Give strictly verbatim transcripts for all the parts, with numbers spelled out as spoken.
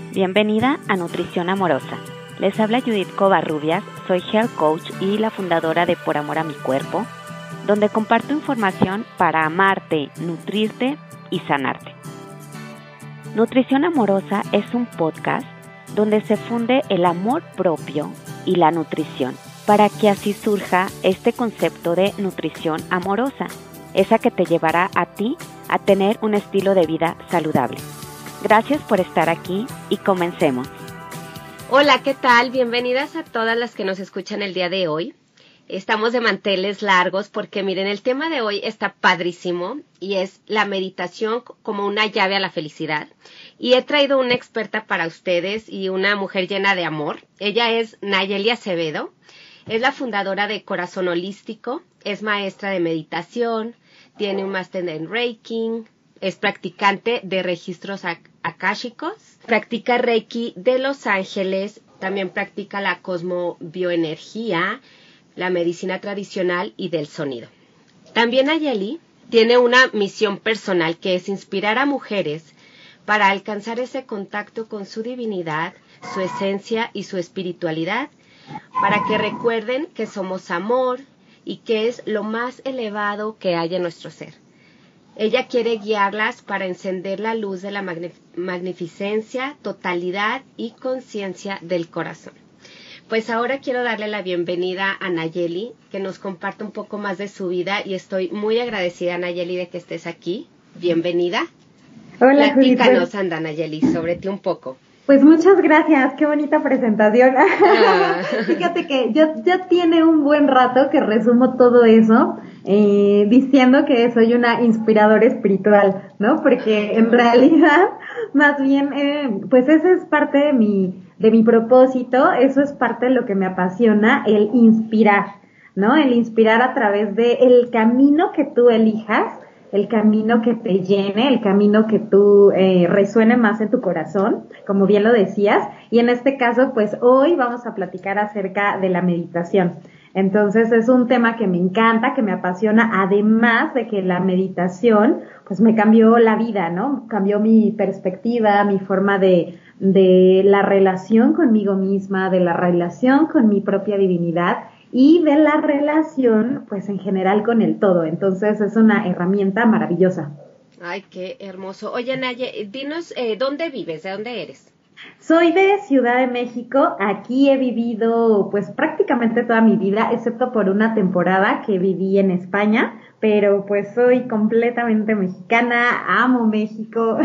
Bienvenida a Nutrición Amorosa. Les habla Judith Covarrubias, soy Health Coach y la fundadora de Por Amor a Mi Cuerpo, donde comparto información para amarte, nutrirte y sanarte. Nutrición Amorosa es un podcast donde se funde el amor propio y la nutrición, para que así surja este concepto de nutrición amorosa, esa que te llevará a ti a tener un estilo de vida saludable. Gracias por estar aquí y comencemos. Hola, ¿qué tal? Bienvenidas a todas las que nos escuchan el día de hoy. Estamos de manteles largos porque miren, el tema de hoy está padrísimo y es la meditación como una llave a la felicidad. Y he traído una experta para ustedes y una mujer llena de amor. Ella es Nayeli Acevedo, es la fundadora de Corazón Holístico, es maestra de meditación, tiene un máster en Reiki, es practicante de registros akáshicos, practica Reiki de Los Ángeles, también practica la cosmobioenergía, la medicina tradicional y del sonido. También Nayeli tiene una misión personal que es inspirar a mujeres para alcanzar ese contacto con su divinidad, su esencia y su espiritualidad, para que recuerden que somos amor y que es lo más elevado que hay en nuestro ser. Ella quiere guiarlas para encender la luz de la magnif- magnificencia, totalidad y conciencia del corazón. Pues ahora quiero darle la bienvenida a Nayeli, que nos comparte un poco más de su vida y estoy muy agradecida, Nayeli, de que estés aquí. Bienvenida. Hola, Judith. Platícanos, anda, Nayeli, sobre ti un poco. Pues muchas gracias, qué bonita presentación. Ah. Fíjate que ya, ya tiene un buen rato que resumo todo eso eh, diciendo que soy una inspiradora espiritual, ¿no? Porque en realidad, más bien, eh, pues ese es parte de mi, de mi propósito, eso es parte de lo que me apasiona, el inspirar, ¿no? El inspirar a través de el camino que tú elijas, el camino que te llene, el camino que tú eh, resuene más en tu corazón, como bien lo decías, y en este caso, pues hoy vamos a platicar acerca de la meditación. Entonces es un tema que me encanta, que me apasiona, además de que la meditación, pues me cambió la vida, ¿no? Cambió mi perspectiva, mi forma de, de la relación conmigo misma, de la relación con mi propia divinidad, y de la relación, pues en general con el todo. Entonces es una herramienta maravillosa. Ay, qué hermoso. Oye, Naye, dinos, eh, ¿dónde vives? ¿De dónde eres? Soy de Ciudad de México. Aquí he vivido pues prácticamente toda mi vida, excepto por una temporada que viví en España, pero pues soy completamente mexicana, amo México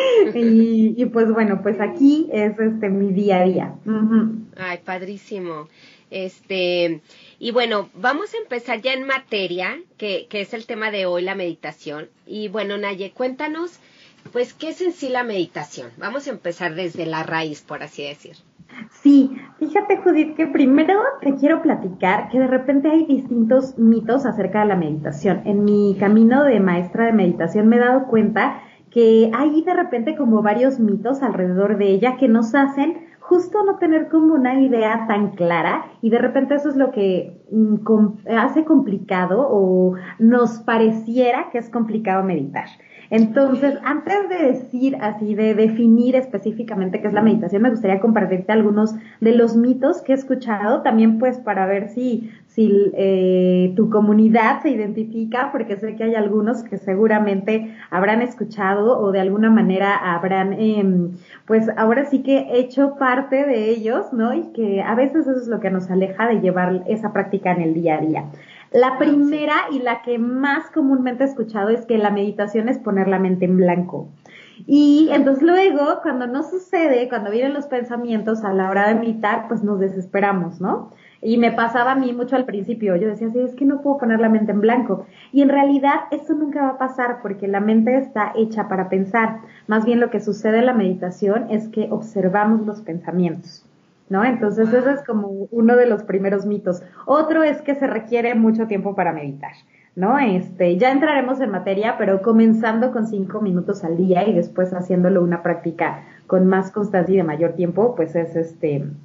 y, y pues bueno, pues aquí es este mi día a día. Uh-huh. Ay, padrísimo. Este, y bueno, vamos a empezar ya en materia, que, que es el tema de hoy, la meditación. Y bueno, Naye, cuéntanos, pues, ¿qué es en sí la meditación? Vamos a empezar desde la raíz, por así decir. Sí, fíjate, Judith, que primero te quiero platicar que de repente hay distintos mitos acerca de la meditación. En mi camino de maestra de meditación me he dado cuenta que hay de repente como varios mitos alrededor de ella que nos hacen justo no tener como una idea tan clara y de repente eso es lo que mm, com- hace complicado o nos pareciera que es complicado meditar. Entonces, antes de decir así, de definir específicamente qué es la meditación, me gustaría compartirte algunos de los mitos que he escuchado, también pues para ver si, si eh, tu comunidad se identifica, porque sé que hay algunos que seguramente habrán escuchado o de alguna manera habrán, eh, pues ahora sí que hecho parte de ellos, ¿no? Y que a veces eso es lo que nos aleja de llevar esa práctica en el día a día. La primera y la que más comúnmente he escuchado es que la meditación es poner la mente en blanco. Y entonces luego, cuando no sucede, cuando vienen los pensamientos a la hora de meditar, pues nos desesperamos, ¿no? Y me pasaba a mí mucho al principio. Yo decía, sí, es que no puedo poner la mente en blanco. Y en realidad eso nunca va a pasar porque la mente está hecha para pensar. Más bien lo que sucede en la meditación es que observamos los pensamientos, ¿no? Entonces ese es como uno de los primeros mitos. Otro es que se requiere mucho tiempo para meditar, ¿no? Este, ya entraremos en materia, pero comenzando con cinco minutos al día y después haciéndolo una práctica con más constancia y de mayor tiempo, pues es este,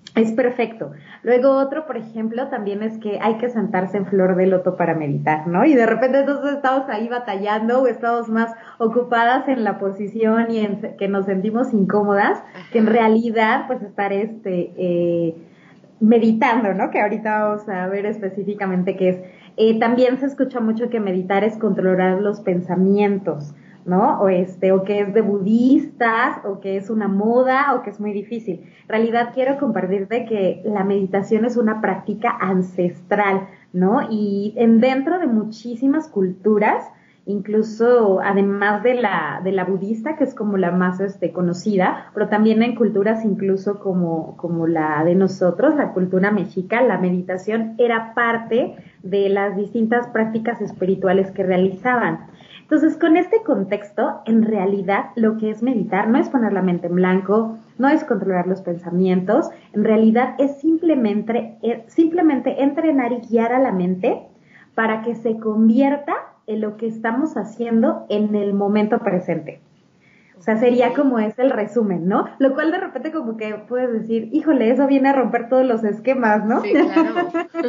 Es perfecto. Luego otro, por ejemplo, también es que hay que sentarse en flor de loto para meditar, ¿no? Y de repente entonces estamos ahí batallando o estamos más ocupadas en la posición y en que nos sentimos incómodas, Ajá. que en realidad pues estar este eh, meditando, ¿no? Que ahorita vamos a ver específicamente qué es. Eh, también se escucha mucho que meditar es controlar los pensamientos, ¿no? O este, o que es de budistas, o que es una moda, o que es muy difícil. En realidad quiero compartirte que la meditación es una práctica ancestral, ¿no? Y en dentro de muchísimas culturas, incluso además de la de la budista, que es como la más este conocida, pero también en culturas incluso como como la de nosotros, la cultura mexica, la meditación era parte de las distintas prácticas espirituales que realizaban. Entonces, con este contexto, en realidad lo que es meditar no es poner la mente en blanco, no es controlar los pensamientos, en realidad es simplemente, es simplemente entrenar y guiar a la mente para que se convierta en lo que estamos haciendo en el momento presente. O sea, sería como es el resumen, ¿no? Lo cual de repente como que puedes decir, híjole, eso viene a romper todos los esquemas, ¿no? Sí, claro.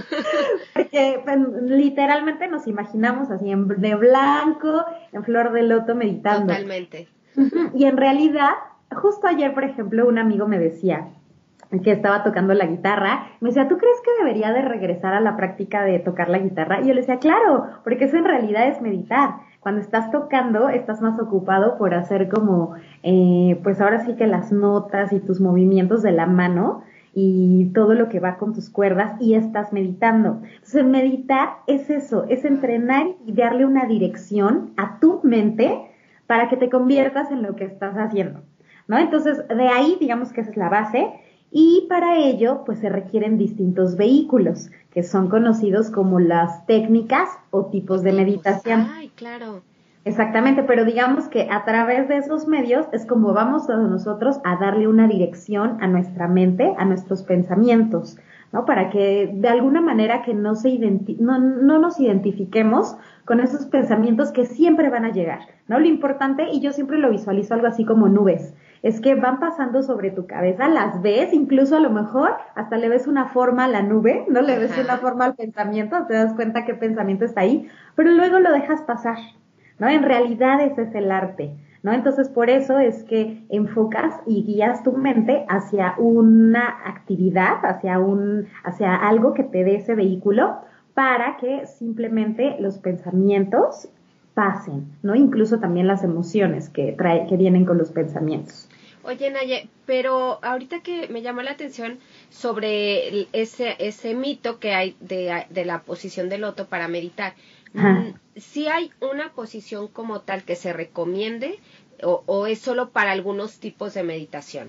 Porque pues, literalmente nos imaginamos así en, de blanco, en flor de loto meditando. Totalmente. Y en realidad, justo ayer, por ejemplo, un amigo me decía que estaba tocando la guitarra, me decía, ¿tú crees que debería de regresar a la práctica de tocar la guitarra? Y yo le decía, claro, porque eso en realidad es meditar. Cuando estás tocando, estás más ocupado por hacer como, eh, pues ahora sí que las notas y tus movimientos de la mano y todo lo que va con tus cuerdas y estás meditando. Entonces, meditar es eso, es entrenar y darle una dirección a tu mente para que te conviertas en lo que estás haciendo, ¿no? Entonces, de ahí, digamos que esa es la base. Y para ello, pues se requieren distintos vehículos, que son conocidos como las técnicas o tipos de meditación. Ay, claro. Exactamente, pero digamos que a través de esos medios es como vamos a nosotros a darle una dirección a nuestra mente, a nuestros pensamientos, ¿no? Para que de alguna manera que no se identi- no, no nos identifiquemos con esos pensamientos que siempre van a llegar, ¿no? Lo importante, y yo siempre lo visualizo algo así como nubes, es que van pasando sobre tu cabeza, las ves, incluso a lo mejor hasta le ves una forma a la nube, ¿no? Le ves Ajá. una forma al pensamiento, te das cuenta qué pensamiento está ahí, pero luego lo dejas pasar, ¿no? En realidad ese es el arte, ¿no? Entonces por eso es que enfocas y guías tu mente hacia una actividad, hacia un, hacia algo que te dé ese vehículo para que simplemente los pensamientos pasen, ¿no? Incluso también las emociones que trae, que vienen con los pensamientos. Oye, Naye, pero ahorita que me llamó la atención sobre ese ese mito que hay de, de la posición del loto para meditar. Ajá. ¿Sí hay una posición como tal que se recomiende o, o es solo para algunos tipos de meditación?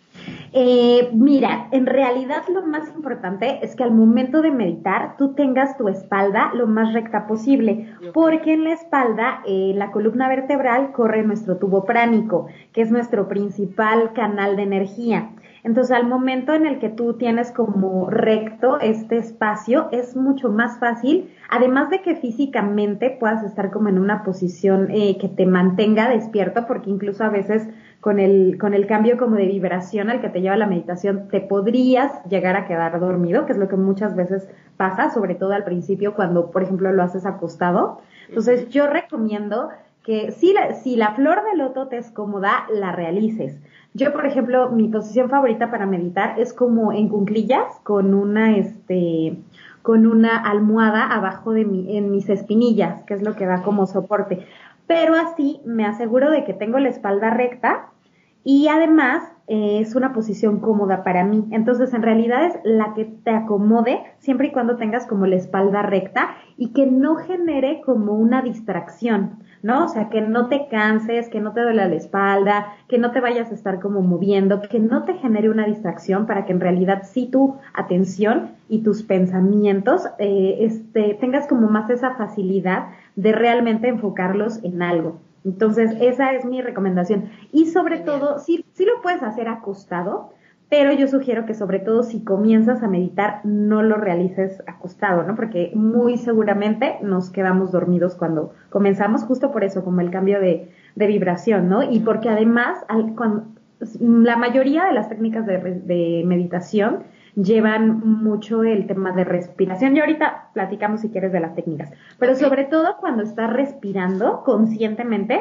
Eh, mira, en realidad lo más importante es que al momento de meditar tú tengas tu espalda lo más recta posible, Okay. porque en la espalda, eh, la columna vertebral corre nuestro tubo pránico, que es nuestro principal canal de energía. Entonces, al momento en el que tú tienes como recto este espacio, es mucho más fácil, además de que físicamente puedas estar como en una posición eh, que te mantenga despierto, porque incluso a veces con el, con el cambio como de vibración al que te lleva la meditación, te podrías llegar a quedar dormido, que es lo que muchas veces pasa, sobre todo al principio cuando, por ejemplo, lo haces acostado. Entonces, yo recomiendo que si la, si la flor de loto te es cómoda, la realices. Yo, por ejemplo, mi posición favorita para meditar es como en cuclillas, con una, este, con una almohada abajo de mi, en mis espinillas, que es lo que da como soporte. Pero así me aseguro de que tengo la espalda recta y además eh, es una posición cómoda para mí. Entonces, en realidad es la que te acomode siempre y cuando tengas como la espalda recta y que no genere como una distracción, ¿no? O sea, que no te canses, que no te duele la espalda, que no te vayas a estar como moviendo, que no te genere una distracción para que en realidad sí tu atención y tus pensamientos eh, este, tengas como más esa facilidad de realmente enfocarlos en algo. Entonces, esa es mi recomendación. Y sobre Genial. todo, sí, sí lo puedes hacer acostado, pero yo sugiero que sobre todo si comienzas a meditar, no lo realices acostado, ¿no? Porque muy seguramente nos quedamos dormidos cuando comenzamos, justo por eso, como el cambio de, de vibración, ¿no? Y porque además, al, cuando, la mayoría de las técnicas de, de meditación llevan mucho el tema de respiración. Y ahorita platicamos si quieres de las técnicas, pero Ok. sobre todo cuando estás respirando conscientemente,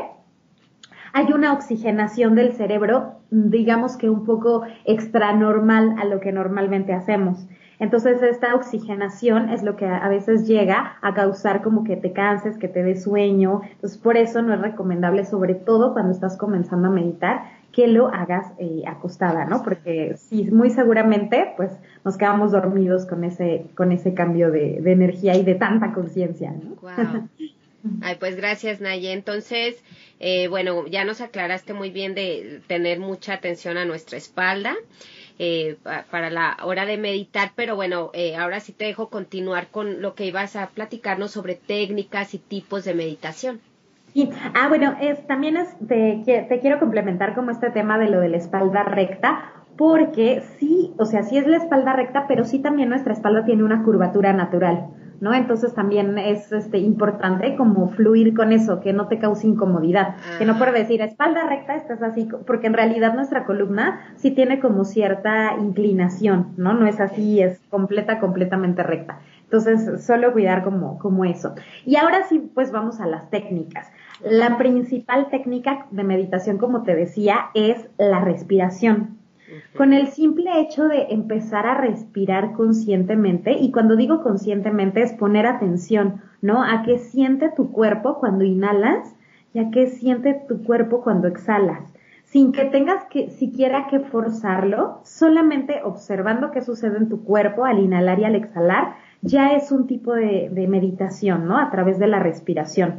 hay una oxigenación del cerebro, digamos que un poco extranormal a lo que normalmente hacemos. Entonces esta oxigenación es lo que a veces llega a causar como que te canses, que te dé sueño. Entonces por eso no es recomendable, sobre todo cuando estás comenzando a meditar, que lo hagas eh, acostada, ¿no? Porque sí, muy seguramente pues nos quedamos dormidos con ese, con ese cambio de, de energía y de tanta conciencia, ¿no? Wow. Ay, pues gracias, Naye. Entonces, eh, bueno, ya nos aclaraste muy bien de tener mucha atención a nuestra espalda eh, pa- para la hora de meditar, pero bueno, eh, ahora sí te dejo continuar con lo que ibas a platicarnos sobre técnicas y tipos de meditación. Sí, ah, bueno, es, también es, te, qui- te quiero complementar como este tema de lo de la espalda recta, porque sí, o sea, sí es la espalda recta, pero sí también nuestra espalda tiene una curvatura natural, ¿no? Entonces también es este importante como fluir con eso, que no te cause incomodidad, que no por Ajá. decir espalda recta estás así, co- porque en realidad nuestra columna sí tiene como cierta inclinación, ¿no? No es Ok. así, es completa, completamente recta. Entonces, solo cuidar como, como eso. Y ahora sí, pues vamos a las técnicas. La principal técnica de meditación, como te decía, es la respiración. Con Ujú. el simple hecho de empezar a respirar conscientemente, y cuando digo conscientemente es poner atención, ¿no? A qué siente tu cuerpo cuando inhalas y a qué siente tu cuerpo cuando exhalas. Sin que tengas que siquiera que forzarlo, solamente observando qué sucede en tu cuerpo al inhalar y al exhalar, ya es un tipo de, de meditación, ¿no? A través de la respiración.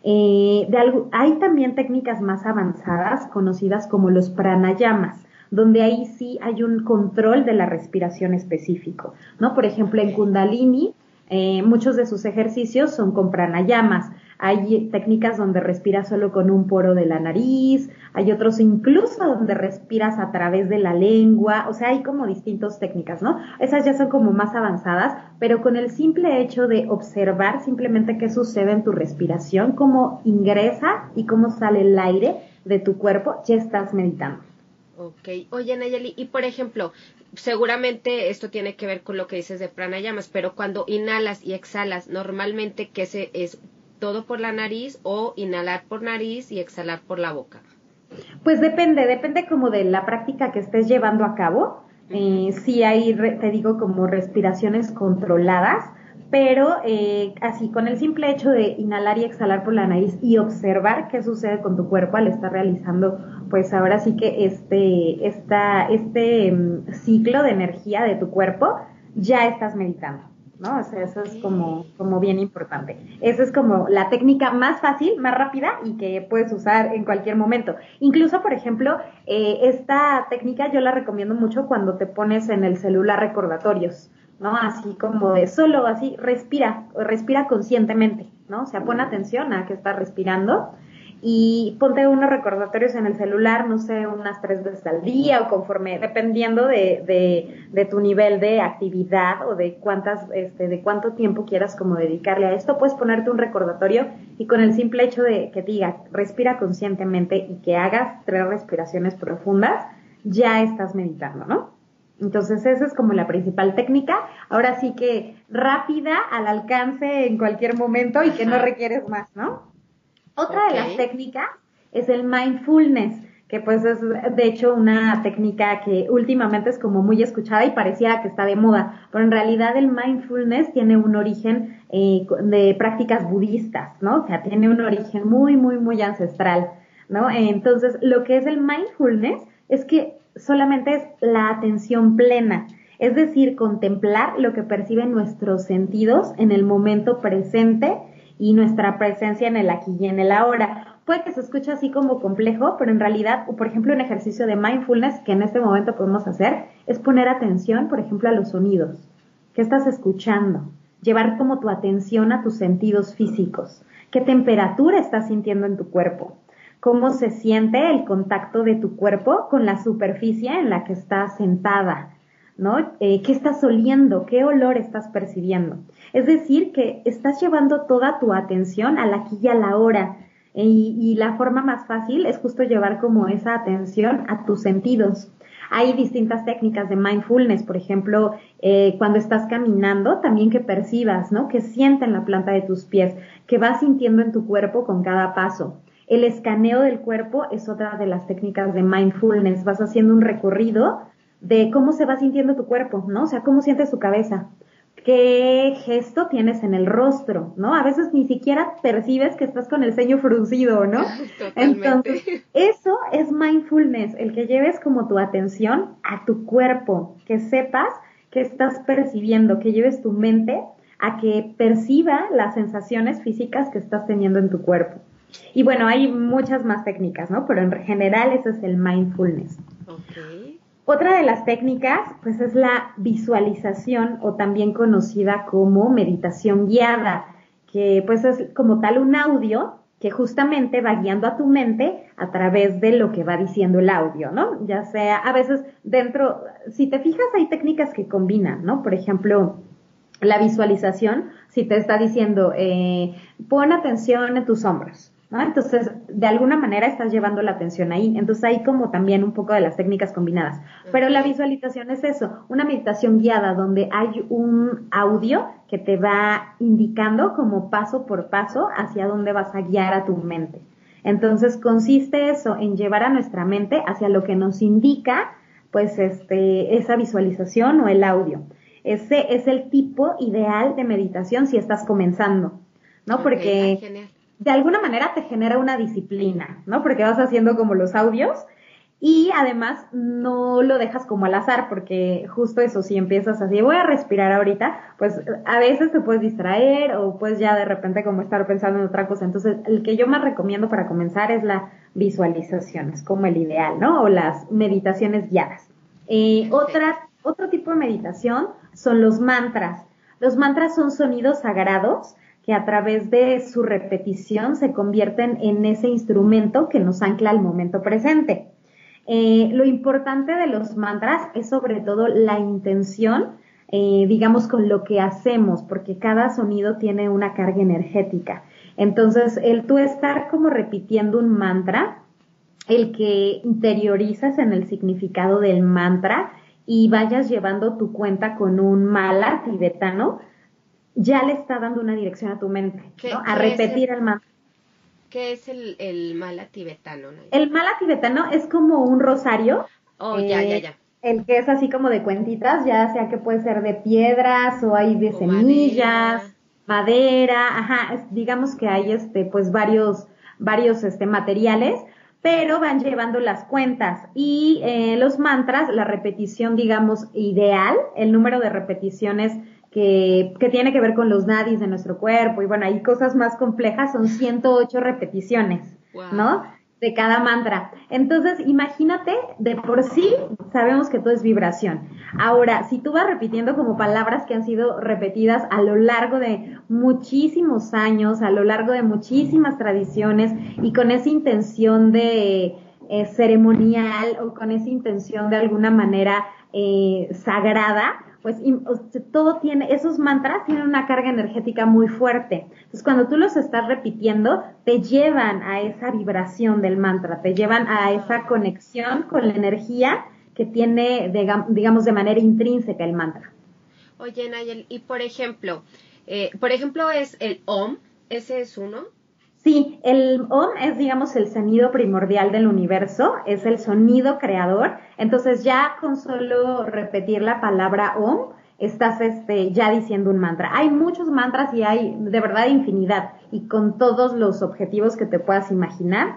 Eh, de algo, hay también técnicas más avanzadas conocidas como los pranayamas, donde ahí sí hay un control de la respiración específico, ¿no? Por ejemplo, en Ok. Kundalini, eh, muchos de sus ejercicios son con pranayamas. Hay técnicas donde respiras solo con un poro de la nariz, hay otros incluso donde respiras a través de la lengua, o sea, hay como distintas técnicas, ¿no? Esas ya son como más avanzadas, pero con el simple hecho de observar simplemente qué sucede en tu respiración, cómo ingresa y cómo sale el aire de tu cuerpo, ya estás meditando. Ok. Oye, Nayeli, y por ejemplo, seguramente esto tiene que ver con lo que dices de pranayamas, pero cuando inhalas y exhalas, normalmente, ¿qué se es todo por la nariz o inhalar por nariz y exhalar por la boca? Pues depende, depende como de la práctica que estés llevando a cabo. Ujú. Eh, sí hay, re- te digo, como respiraciones controladas, pero eh, así, con el simple hecho de inhalar y exhalar por la nariz y observar qué sucede con tu cuerpo al estar realizando, pues ahora sí que este, esta, este mm, ciclo de energía de tu cuerpo, ya estás meditando. ¿No? O sea, eso Ok. es como, como bien importante. Esa es como la técnica más fácil, más rápida y que puedes usar en cualquier momento. Incluso, por ejemplo, eh, esta técnica yo la recomiendo mucho cuando te pones en el celular recordatorios, ¿no? Así como de solo así, respira, respira conscientemente, ¿no? O sea, pon atención a que estás respirando y ponte unos recordatorios en el celular, no sé, unas tres veces al día o conforme, dependiendo de, de, de tu nivel de actividad o de cuántas, este, de cuánto tiempo quieras como dedicarle a esto, puedes ponerte un recordatorio y con el simple hecho de que diga respira conscientemente y que hagas tres respiraciones profundas, ya estás meditando, ¿no? Entonces esa es como la principal técnica, ahora sí que rápida, al alcance en cualquier momento y que no Ajá. requieres más, ¿no? Otra Ok. de las técnicas es el mindfulness, que pues es de hecho una técnica que últimamente es como muy escuchada y pareciera que está de moda, pero en realidad el mindfulness tiene un origen eh, de prácticas budistas, ¿no? O sea, tiene un origen muy, muy, muy ancestral, ¿no? Entonces, lo que es el mindfulness es que solamente es la atención plena, es decir, contemplar lo que perciben nuestros sentidos en el momento presente y nuestra presencia en el aquí y en el ahora. Puede que se escuche así como complejo, pero en realidad, por ejemplo, un ejercicio de mindfulness que en este momento podemos hacer es poner atención, por ejemplo, a los sonidos. ¿Qué estás escuchando? Llevar como tu atención a tus sentidos físicos. ¿Qué temperatura estás sintiendo en tu cuerpo? ¿Cómo se siente el contacto de tu cuerpo con la superficie en la que estás sentada? ¿No? Eh, ¿Qué estás oliendo? ¿Qué olor estás percibiendo? Es decir, que estás llevando toda tu atención al aquí y a la hora. Y, y la forma más fácil es justo llevar como esa atención a tus sentidos. Hay distintas técnicas de mindfulness, por ejemplo, eh, cuando estás caminando, también que percibas, ¿no? Que sienten en la planta de tus pies, que vas sintiendo en tu cuerpo con cada paso. El escaneo del cuerpo es otra de las técnicas de mindfulness. Vas haciendo un recorrido de cómo se va sintiendo tu cuerpo, ¿no? O sea, cómo sientes tu cabeza. ¿Qué gesto tienes en el rostro, no? A veces ni siquiera percibes que estás con el ceño fruncido, ¿no? Totalmente. Entonces, eso es mindfulness, el que lleves como tu atención a tu cuerpo, que sepas que estás percibiendo, que lleves tu mente a que perciba las sensaciones físicas que estás teniendo en tu cuerpo. Y bueno, hay muchas más técnicas, ¿no? Pero en general ese es el mindfulness. Okay. Otra de las técnicas, pues, es la visualización, o también conocida como meditación guiada, que pues es como tal un audio que justamente va guiando a tu mente a través de lo que va diciendo el audio, ¿no? Ya sea, a veces dentro, si te fijas, hay técnicas que combinan, ¿no? Por ejemplo, la visualización, si te está diciendo, eh, pon atención en tus hombros, ¿no? Entonces, de alguna manera estás llevando la atención ahí. Entonces, hay como también un poco de las técnicas combinadas. Pero la visualización es eso, una meditación guiada donde hay un audio que te va indicando como paso por paso hacia dónde vas a guiar a tu mente. Entonces, consiste eso en llevar a nuestra mente hacia lo que nos indica, pues, este, esa visualización o el audio. Ese es el tipo ideal de meditación si estás comenzando, ¿no? Porque Okay, de alguna manera te genera una disciplina, ¿no? Porque vas haciendo como los audios y además no lo dejas como al azar, porque justo eso, si empiezas así, voy a respirar ahorita, pues a veces te puedes distraer o puedes ya de repente como estar pensando en otra cosa. Entonces, el que yo más recomiendo para comenzar es la visualización, es como el ideal, ¿no? O las meditaciones guiadas. Eh, otra, otro tipo de meditación son los mantras. Los mantras son sonidos sagrados que a través de su repetición se convierten en ese instrumento que nos ancla al momento presente. Eh, lo importante de los mantras es sobre todo la intención, eh, digamos, con lo que hacemos, porque cada sonido tiene una carga energética. Entonces, el tú estar como repitiendo un mantra, el que interiorizas en el significado del mantra y vayas llevando tu cuenta con un mala tibetano, ya le está dando una dirección a tu mente, ¿no? A repetir el, el mantra. ¿Qué es el, el mala tibetano? El mala tibetano es como un rosario. Oh, eh, ya, ya, ya. El que es así como de cuentitas, ya sea que puede ser de piedras o hay de o semillas, madera, madera ajá, es, digamos que hay este, pues varios, varios este, materiales, pero van llevando las cuentas y eh, los mantras, la repetición, digamos, ideal, el número de repeticiones Que, que tiene que ver con los nadis de nuestro cuerpo, y bueno, hay cosas más complejas, son ciento ocho repeticiones, wow, ¿no? De cada mantra. Entonces, imagínate, de por sí, sabemos que todo es vibración. Ahora, si tú vas repitiendo como palabras que han sido repetidas a lo largo de muchísimos años, a lo largo de muchísimas tradiciones, y con esa intención de eh, ceremonial, o con esa intención de alguna manera eh, sagrada, pues todo tiene, esos mantras tienen una carga energética muy fuerte. Entonces, cuando tú los estás repitiendo, te llevan a esa vibración del mantra, te llevan a esa conexión con la energía que tiene, digamos, de manera intrínseca el mantra. Oye, Nayel, y por ejemplo, eh, por ejemplo, es el Om, ¿ese es uno? Sí, el Om es, digamos, el sonido primordial del universo, es el sonido creador. Entonces, ya con solo repetir la palabra Om, estás este, ya diciendo un mantra. Hay muchos mantras y hay de verdad infinidad, y con todos los objetivos que te puedas imaginar.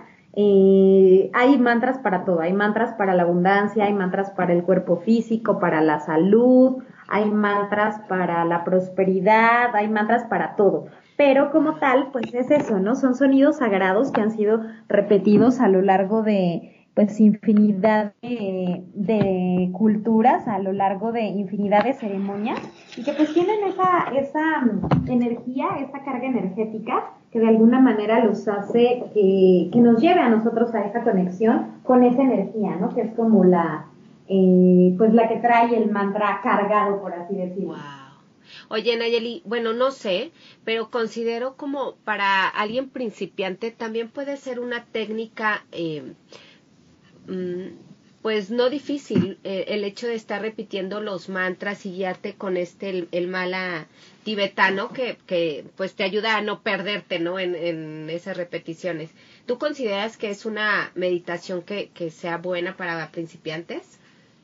Eh, hay mantras para todo, hay mantras para la abundancia, hay mantras para el cuerpo físico, para la salud, hay mantras para la prosperidad, hay mantras para todo. Pero como tal, pues es eso, ¿no? Son sonidos sagrados que han sido repetidos a lo largo de, pues, infinidad de, de culturas, a lo largo de infinidad de ceremonias, y que pues tienen esa, esa energía, esa carga energética que de alguna manera los hace que, que nos lleve a nosotros a esa conexión con esa energía, ¿no? Que es como la, eh, pues la que trae el mantra cargado, por así decirlo. Wow. Oye, Nayeli, bueno, no sé, pero considero como para alguien principiante también puede ser una técnica, eh, pues no difícil, eh, el hecho de estar repitiendo los mantras y guiarte con este, el, el mala tibetano que, que pues te ayuda a no perderte, ¿no? En, en esas repeticiones. ¿Tú consideras que es una meditación que, que sea buena para principiantes?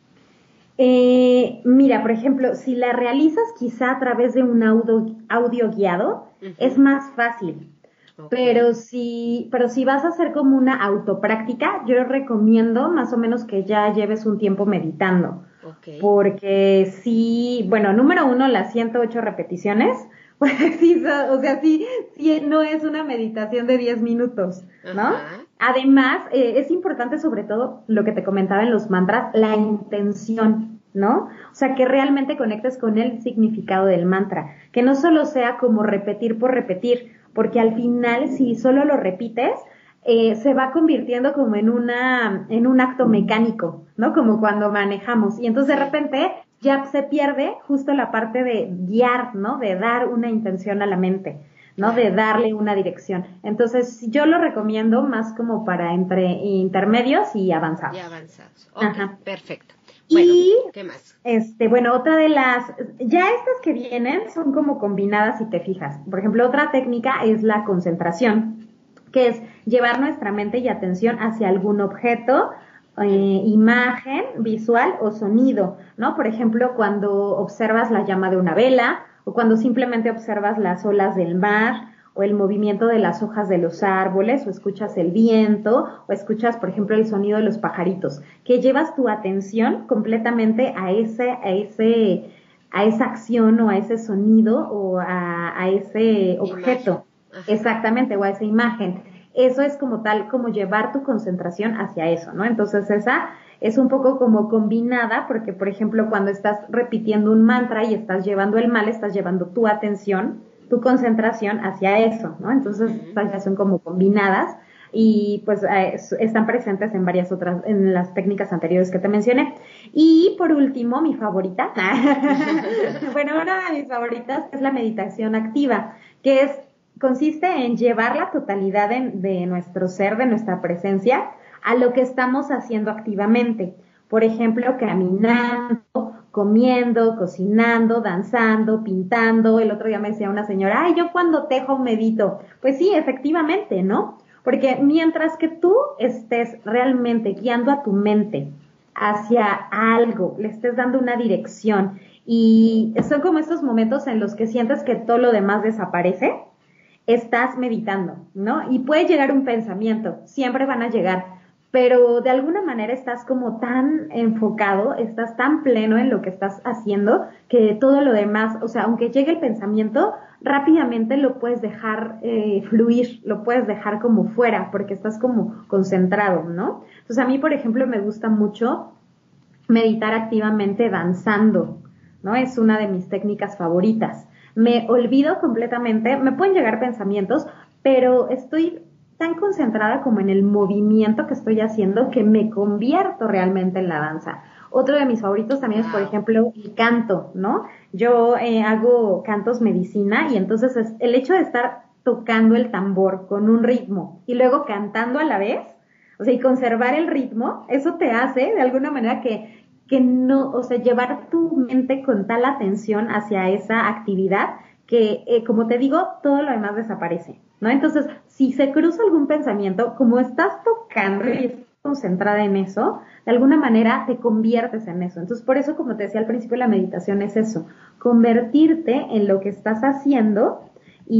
Eh, mira, por ejemplo, si la realizas quizá a través de un audio, audio guiado, uh-huh. es más fácil. Okay. Pero si, pero si vas a hacer como una autopráctica, yo recomiendo más o menos que ya lleves un tiempo meditando. Okay. Porque sí, bueno, número uno, las ciento ocho repeticiones, pues sí, o sea, sí, sí, no es una meditación de diez minutos, ¿no? Uh-huh. Además, eh, es importante sobre todo lo que te comentaba en los mantras, la intención, ¿no? O sea, que realmente conectes con el significado del mantra, que no solo sea como repetir por repetir, porque al final si solo lo repites, eh, se va convirtiendo como en una, en un acto mecánico, ¿no? Como cuando manejamos, y entonces de repente ya se pierde justo la parte de guiar, ¿no? De dar una intención a la mente, ¿no? De darle una dirección. Entonces, yo lo recomiendo más como para entre intermedios y avanzados. Y avanzados. Ok, Ajá. Perfecto. Bueno, y, ¿qué más? Este, bueno, otra de las, ya estas que vienen son como combinadas si te fijas. Por ejemplo, otra técnica es la concentración, que es llevar nuestra mente y atención hacia algún objeto, eh, imagen, visual o sonido, ¿no? Por ejemplo, cuando observas la llama de una vela, o cuando simplemente observas las olas del mar, o el movimiento de las hojas de los árboles, o escuchas el viento, o escuchas, por ejemplo, el sonido de los pajaritos, que llevas tu atención completamente a ese, a ese, a esa acción, o a ese sonido, o a, a ese objeto. Exactamente, o a esa imagen. Eso es como tal, como llevar tu concentración hacia eso, ¿no? Entonces esa es un poco como combinada, porque por ejemplo cuando estás repitiendo un mantra y estás llevando el mal, estás llevando tu atención, tu concentración hacia eso, ¿no? Entonces estas ya son como combinadas y pues eh, están presentes en varias otras, en las técnicas anteriores que te mencioné. Y por último, mi favorita, bueno, una de mis favoritas es la meditación activa, que es consiste en llevar la totalidad de, de nuestro ser, de nuestra presencia, a lo que estamos haciendo activamente. Por ejemplo, caminando, comiendo, cocinando, danzando, pintando. El otro día me decía una señora, ay, yo cuando tejo medito. Pues sí, efectivamente, ¿no? Porque mientras que tú estés realmente guiando a tu mente hacia algo, le estés dando una dirección, y son como estos momentos en los que sientes que todo lo demás desaparece, estás meditando, ¿no? Y puede llegar un pensamiento, siempre van a llegar, pero de alguna manera estás como tan enfocado, estás tan pleno en lo que estás haciendo, que todo lo demás, o sea, aunque llegue el pensamiento, rápidamente lo puedes dejar eh, fluir, lo puedes dejar como fuera, porque estás como concentrado, ¿no? Entonces a mí, por ejemplo, me gusta mucho meditar activamente danzando, ¿no? Es una de mis técnicas favoritas. Me olvido completamente, me pueden llegar pensamientos, pero estoy tan concentrada como en el movimiento que estoy haciendo que me convierto realmente en la danza. Otro de mis favoritos también es, por ejemplo, el canto, ¿no? Yo eh, hago cantos medicina y entonces es el hecho de estar tocando el tambor con un ritmo y luego cantando a la vez, o sea, y conservar el ritmo, eso te hace de alguna manera que que no, o sea, llevar tu mente con tal atención hacia esa actividad que, eh, como te digo, todo lo demás desaparece, ¿no? Entonces, si se cruza algún pensamiento, como estás tocando y estás concentrada en eso, de alguna manera te conviertes en eso. Entonces, por eso, como te decía al principio, la meditación es eso, convertirte en lo que estás haciendo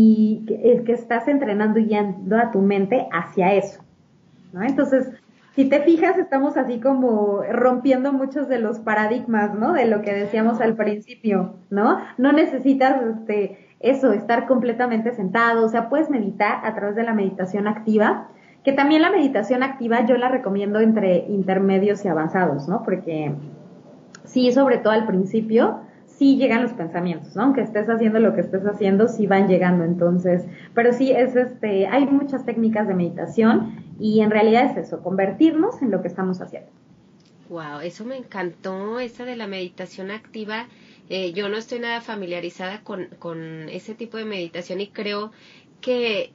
y que, que estás entrenando y guiando a tu mente hacia eso, ¿no? Entonces, si te fijas, estamos así como rompiendo muchos de los paradigmas, ¿no? De lo que decíamos al principio, ¿no? No necesitas, este, eso, estar completamente sentado, o sea, puedes meditar a través de la meditación activa, que también la meditación activa yo la recomiendo entre intermedios y avanzados, ¿no? Porque sí, sobre todo al principio, sí llegan los pensamientos, ¿no? Aunque estés haciendo lo que estés haciendo, sí van llegando, entonces, pero sí es este, hay muchas técnicas de meditación y en realidad es eso, convertirnos en lo que estamos haciendo. Wow, eso me encantó, esa de la meditación activa, Eh, yo no estoy nada familiarizada con, con ese tipo de meditación y creo que,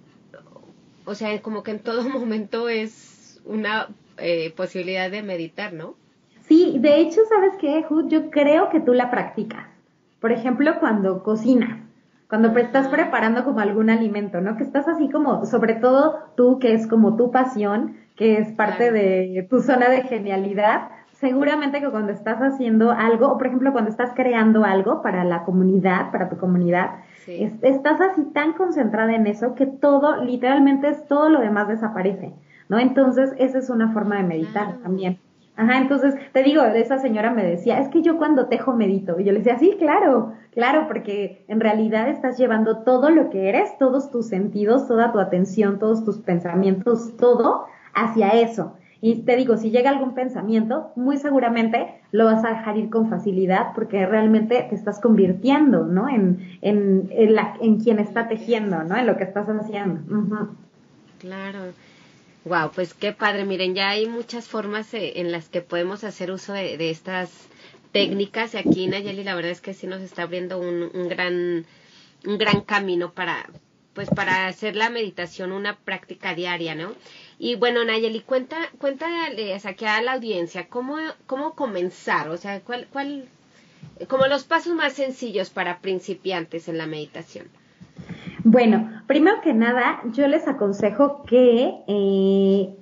o sea, como que en todo momento es una eh, posibilidad de meditar, ¿no? Sí, de hecho, ¿sabes qué, Jud? Yo creo que tú la practicas. Por ejemplo, cuando cocinas, cuando pre- estás Ajá, preparando como algún alimento, ¿no? Que estás así como, sobre todo tú, que es como tu pasión, que es parte claro, de tu zona de genialidad, seguramente que cuando estás haciendo algo, o por ejemplo, cuando estás creando algo para la comunidad, para tu comunidad, sí, es- estás así tan concentrada en eso que todo, literalmente, es todo lo demás desaparece, ¿no? Entonces, esa es una forma de meditar claro. también. Ajá, entonces te digo, esa señora me decía, es que yo cuando tejo medito. Y yo le decía, sí, claro, claro, porque en realidad estás llevando todo lo que eres, todos tus sentidos, toda tu atención, todos tus pensamientos, todo hacia eso. Y te digo, si llega algún pensamiento, muy seguramente lo vas a dejar ir con facilidad porque realmente te estás convirtiendo, ¿no? En, en, en, la, en quien En está lo que tejiendo, haces, ¿no? En lo que estás haciendo. Uh-huh. claro. Wow, pues qué padre. Miren, ya hay muchas formas eh, en las que podemos hacer uso de, de estas técnicas y aquí Nayeli la verdad es que sí nos está abriendo un, un gran un gran camino para pues para hacer la meditación una práctica diaria, ¿no? Y bueno, Nayeli, cuenta cuéntale aquí a la audiencia cómo cómo comenzar, o sea, cuál cuál como los pasos más sencillos para principiantes en la meditación. Bueno, primero que nada, yo les aconsejo que eh,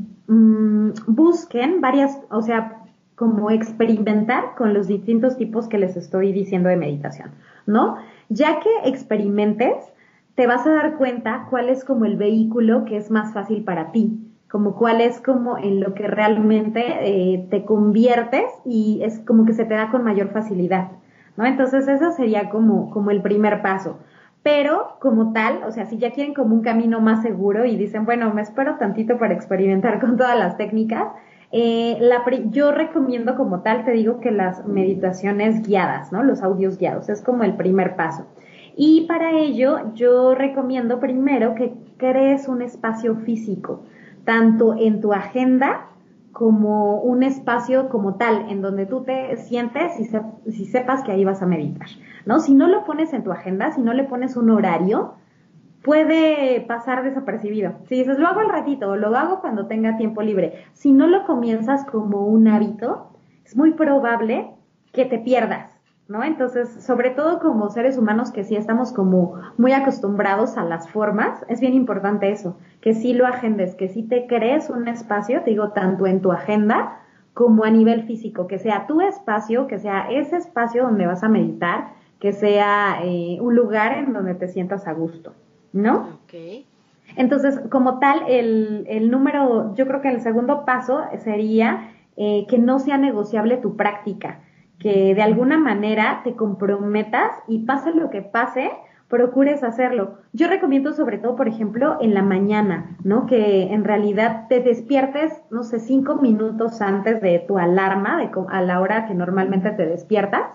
mm, busquen varias, o sea, como experimentar con los distintos tipos que les estoy diciendo de meditación, ¿no? Ya que experimentes, te vas a dar cuenta cuál es como el vehículo que es más fácil para ti, como cuál es como en lo que realmente eh, te conviertes y es como que se te da con mayor facilidad, ¿no? Entonces, eso sería como, como el primer paso. Pero como tal, o sea, si ya quieren como un camino más seguro y dicen, bueno, me espero tantito para experimentar con todas las técnicas, eh, la, yo recomiendo como tal, te digo que las meditaciones guiadas, ¿no? Los audios guiados, es como el primer paso. Y para ello yo recomiendo primero que crees un espacio físico, tanto en tu agenda como un espacio como tal, en donde tú te sientes y se, si sepas que ahí vas a meditar, ¿no? Si no lo pones en tu agenda, si no le pones un horario, puede pasar desapercibido. Si dices, lo hago al ratito, o lo hago cuando tenga tiempo libre, si no lo comienzas como un hábito, es muy probable que te pierdas, ¿no? Entonces, sobre todo como seres humanos que sí estamos como muy acostumbrados a las formas, es bien importante eso, que sí lo agendes, que sí te crees un espacio, te digo, tanto en tu agenda como a nivel físico, que sea tu espacio, que sea ese espacio donde vas a meditar, que sea eh, un lugar en donde te sientas a gusto, ¿no? Okay. Entonces, como tal, el, el número, yo creo que el segundo paso sería eh, que no sea negociable tu práctica, que de alguna manera te comprometas y pase lo que pase, procures hacerlo. Yo recomiendo sobre todo, por ejemplo, en la mañana, ¿no? Que en realidad te despiertes, no sé, cinco minutos antes de tu alarma, de, a la hora que normalmente te despiertas,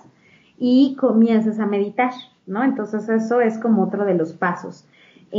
y comiences a meditar, ¿no? Entonces eso es como otro de los pasos.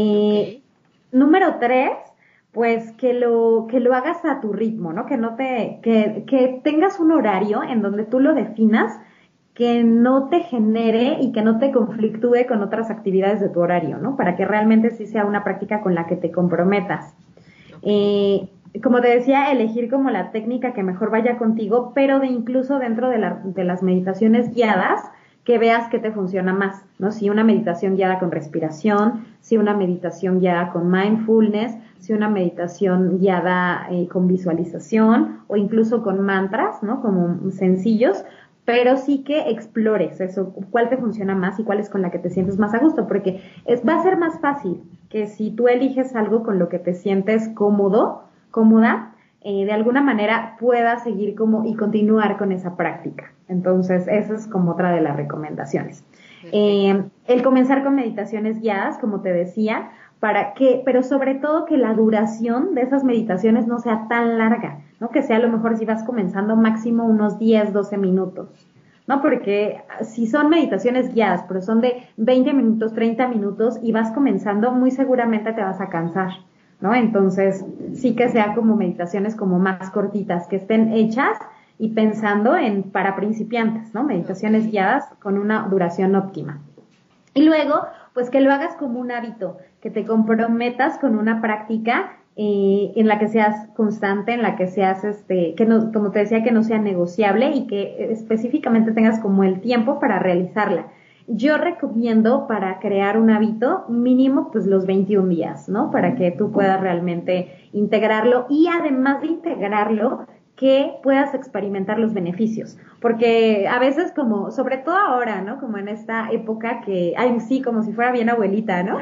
Eh, Okay. Número tres, pues que lo, que lo hagas a tu ritmo, ¿no? Que no te, que, que tengas un horario en donde tú lo definas, que no te genere y que no te conflictúe con otras actividades de tu horario, ¿no? Para que realmente sí sea una práctica con la que te comprometas. Okay. Eh, Como te decía, elegir como la técnica que mejor vaya contigo, pero de incluso dentro de, la, de las meditaciones guiadas, que veas qué te funciona más, ¿no? Si una meditación guiada con respiración, si una meditación guiada con mindfulness, si una meditación guiada eh, con visualización o incluso con mantras, ¿no? Como sencillos, pero sí que explores eso, cuál te funciona más y cuál es con la que te sientes más a gusto, porque es, va a ser más fácil que si tú eliges algo con lo que te sientes cómodo, cómoda, eh, de alguna manera puedas seguir como y continuar con esa práctica. Entonces, esa es como otra de las recomendaciones. Perfecto. Eh, el comenzar con meditaciones guiadas, como te decía, para que, pero sobre todo que la duración de esas meditaciones no sea tan larga, ¿no? Que sea a lo mejor si vas comenzando máximo unos diez, doce minutos, ¿no? Porque si son meditaciones guiadas, pero son de veinte minutos, treinta minutos y vas comenzando, muy seguramente te vas a cansar, ¿no? Entonces, sí que sea como meditaciones como más cortitas, que estén hechas y pensando en para principiantes, ¿no? Meditaciones guiadas con una duración óptima. Y luego, pues que lo hagas como un hábito, que te comprometas con una práctica eh, en la que seas constante, en la que seas, este, que no, como te decía, que no sea negociable y que específicamente tengas como el tiempo para realizarla. Yo recomiendo para crear un hábito mínimo pues los veintiún días, ¿no? Para que tú puedas realmente integrarlo y además de integrarlo, que puedas experimentar los beneficios. Porque a veces como, sobre todo ahora, ¿no? Como en esta época que, ay, sí, como si fuera bien abuelita, ¿no?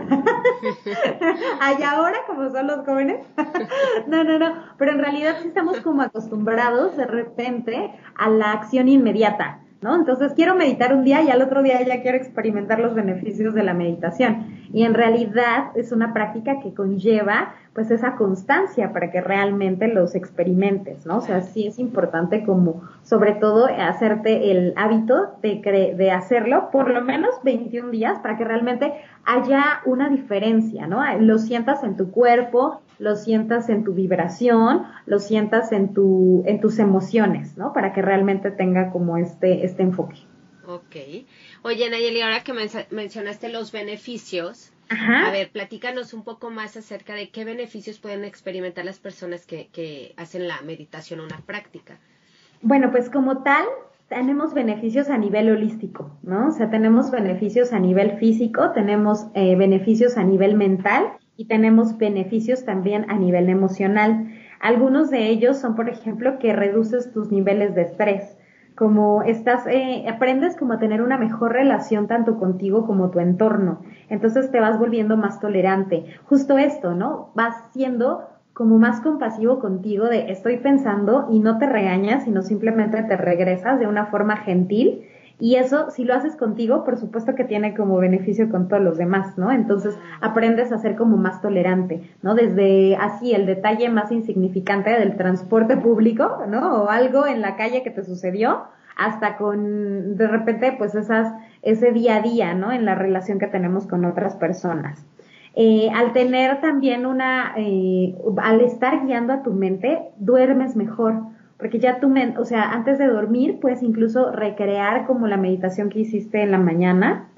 Ay, ahora como son los jóvenes. No, no, no. Pero en realidad sí estamos como acostumbrados de repente a la acción inmediata, ¿no? Entonces quiero meditar un día y al otro día ya quiero experimentar los beneficios de la meditación. Y en realidad es una práctica que conlleva pues esa constancia para que realmente los experimentes, ¿no? O sea, sí es importante como sobre todo hacerte el hábito de, cre- de hacerlo por lo menos veintiún días para que realmente haya una diferencia, ¿no? Lo sientas en tu cuerpo, lo sientas en tu vibración, lo sientas en tu, en tus emociones, ¿no? Para que realmente tenga como este, este enfoque. Ok. Oye, Nayeli, ahora que men- mencionaste los beneficios, Ajá. a ver, platícanos un poco más acerca de qué beneficios pueden experimentar las personas que, que hacen la meditación o una práctica. Bueno, pues como tal, tenemos beneficios a nivel holístico, ¿no? O sea, tenemos beneficios a nivel físico, tenemos eh, beneficios a nivel mental y tenemos beneficios también a nivel emocional. Algunos de ellos son, por ejemplo, que reduces tus niveles de estrés, como estás, eh, aprendes como a tener una mejor relación tanto contigo como tu entorno. Entonces te vas volviendo más tolerante. Justo esto, ¿no? Vas siendo como más compasivo contigo de estoy pensando y no te regañas, sino simplemente te regresas de una forma gentil. Y eso, si lo haces contigo, por supuesto que tiene como beneficio con todos los demás, ¿no? Entonces aprendes a ser como más tolerante, ¿no? Desde así el detalle más insignificante del transporte público, ¿no? O algo en la calle que te sucedió, hasta con, de repente, pues esas, ese día a día, ¿no? En la relación que tenemos con otras personas. Eh, al tener también una, eh, al estar guiando a tu mente, duermes mejor, porque ya tu mente, o sea, antes de dormir puedes incluso recrear como la meditación que hiciste en la mañana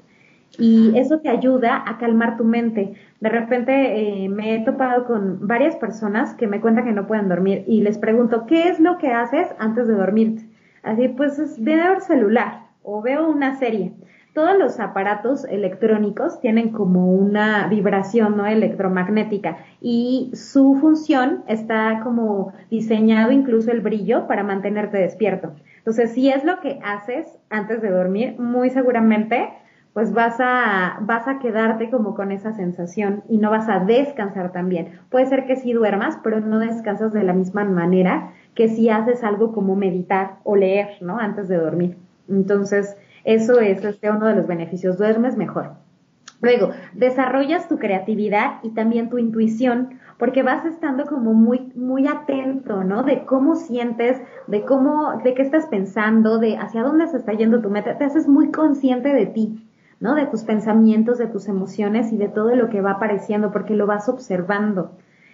y eso te ayuda a calmar tu mente. De repente eh, me he topado con varias personas que me cuentan que no pueden dormir y les pregunto, ¿qué es lo que haces antes de dormirte? Así pues, es, veo el celular o veo una serie. Todos los aparatos electrónicos tienen como una vibración, ¿no? Electromagnética y su función está como diseñado incluso el brillo para mantenerte despierto. Entonces, si es lo que haces antes de dormir, muy seguramente pues vas a, vas a quedarte como con esa sensación y no vas a descansar tan bien. Puede ser que sí duermas, pero no descansas de la misma manera que si haces algo como meditar o leer, ¿no? Antes de dormir. Entonces, eso es este, uno de los beneficios, duermes mejor. Luego, desarrollas tu creatividad y también tu intuición, porque vas estando como muy, muy atento, ¿no? De cómo sientes, de cómo, de qué estás pensando, de hacia dónde se está yendo tu meta, te haces muy consciente de ti, ¿no? De tus pensamientos, de tus emociones y de todo lo que va apareciendo, porque lo vas observando.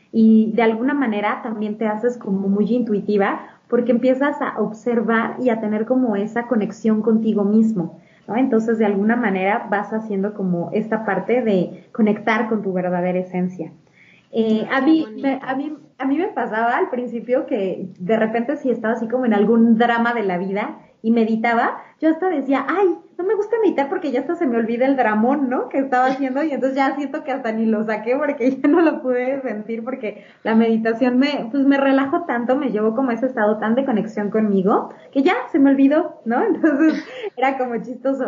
Y de alguna manera también te haces como muy intuitiva, porque empiezas a observar y a tener como esa conexión contigo mismo, ¿no? Entonces, de alguna manera vas haciendo como esta parte de conectar con tu verdadera esencia. Eh, a mí, me, a mí, a mí me pasaba al principio que de repente si estaba así como en algún drama de la vida y meditaba, yo hasta decía, ay, no me gusta meditar porque ya hasta se me olvida el dramón, ¿no? Que estaba haciendo y entonces ya siento que hasta ni lo saqué porque ya no lo pude sentir porque la meditación me, pues me relajo tanto, me llevó como a ese estado tan de conexión conmigo que ya se me olvidó, ¿no? Entonces era como chistoso.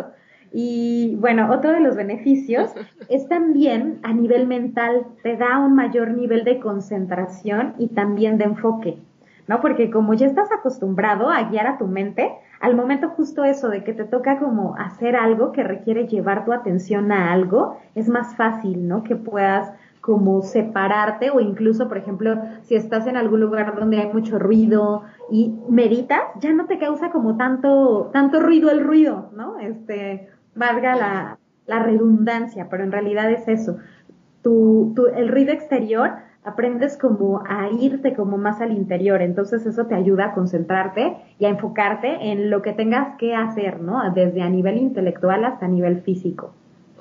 Y bueno, otro de los beneficios es también a nivel mental, te da un mayor nivel de concentración y también de enfoque, ¿no? Porque como ya estás acostumbrado a guiar a tu mente, al momento justo eso de que te toca como hacer algo que requiere llevar tu atención a algo, es más fácil, ¿no? Que puedas como separarte o incluso, por ejemplo, si estás en algún lugar donde hay mucho ruido y meditas, ya no te causa como tanto, tanto ruido el ruido, ¿no? Este, valga la, la redundancia, pero en realidad es eso. Tu, tu, el ruido exterior aprendes como a irte como más al interior, entonces eso te ayuda a concentrarte y a enfocarte en lo que tengas que hacer, ¿no? Desde a nivel intelectual hasta a nivel físico.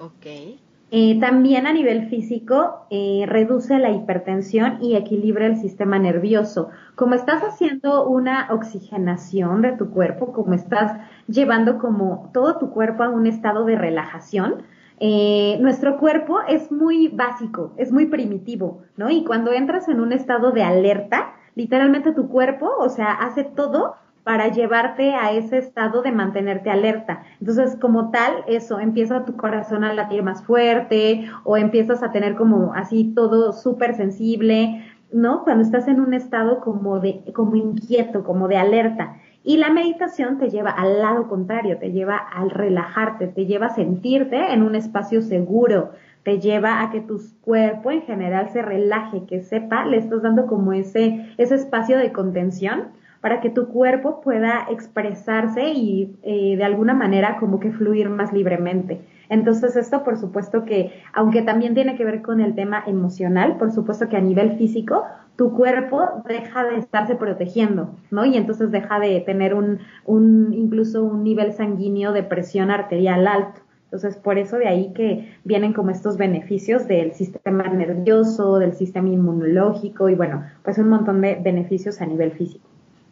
Ok. Eh, también a nivel físico eh, reduce la hipertensión y equilibra el sistema nervioso. Como estás haciendo una oxigenación de tu cuerpo, como estás llevando como todo tu cuerpo a un estado de relajación, eh, nuestro cuerpo es muy básico, es muy primitivo, ¿no? Y cuando entras en un estado de alerta, literalmente tu cuerpo, o sea, hace todo para llevarte a ese estado de mantenerte alerta. Entonces, como tal, eso, empieza tu corazón a latir más fuerte o empiezas a tener como así todo súper sensible, ¿no? Cuando estás en un estado como de, como inquieto, como de alerta. Y la meditación te lleva al lado contrario, te lleva al relajarte, te lleva a sentirte en un espacio seguro, te lleva a que tu cuerpo en general se relaje, que sepa, le estás dando como ese, ese espacio de contención para que tu cuerpo pueda expresarse y eh, de alguna manera como que fluir más libremente. Entonces esto por supuesto que, aunque también tiene que ver con el tema emocional, por supuesto que a nivel físico, tu cuerpo deja de estarse protegiendo, ¿no? Y entonces deja de tener un, un incluso un nivel sanguíneo de presión arterial alto. Entonces, por eso de ahí que vienen como estos beneficios del sistema nervioso, del sistema inmunológico y bueno, pues un montón de beneficios a nivel físico.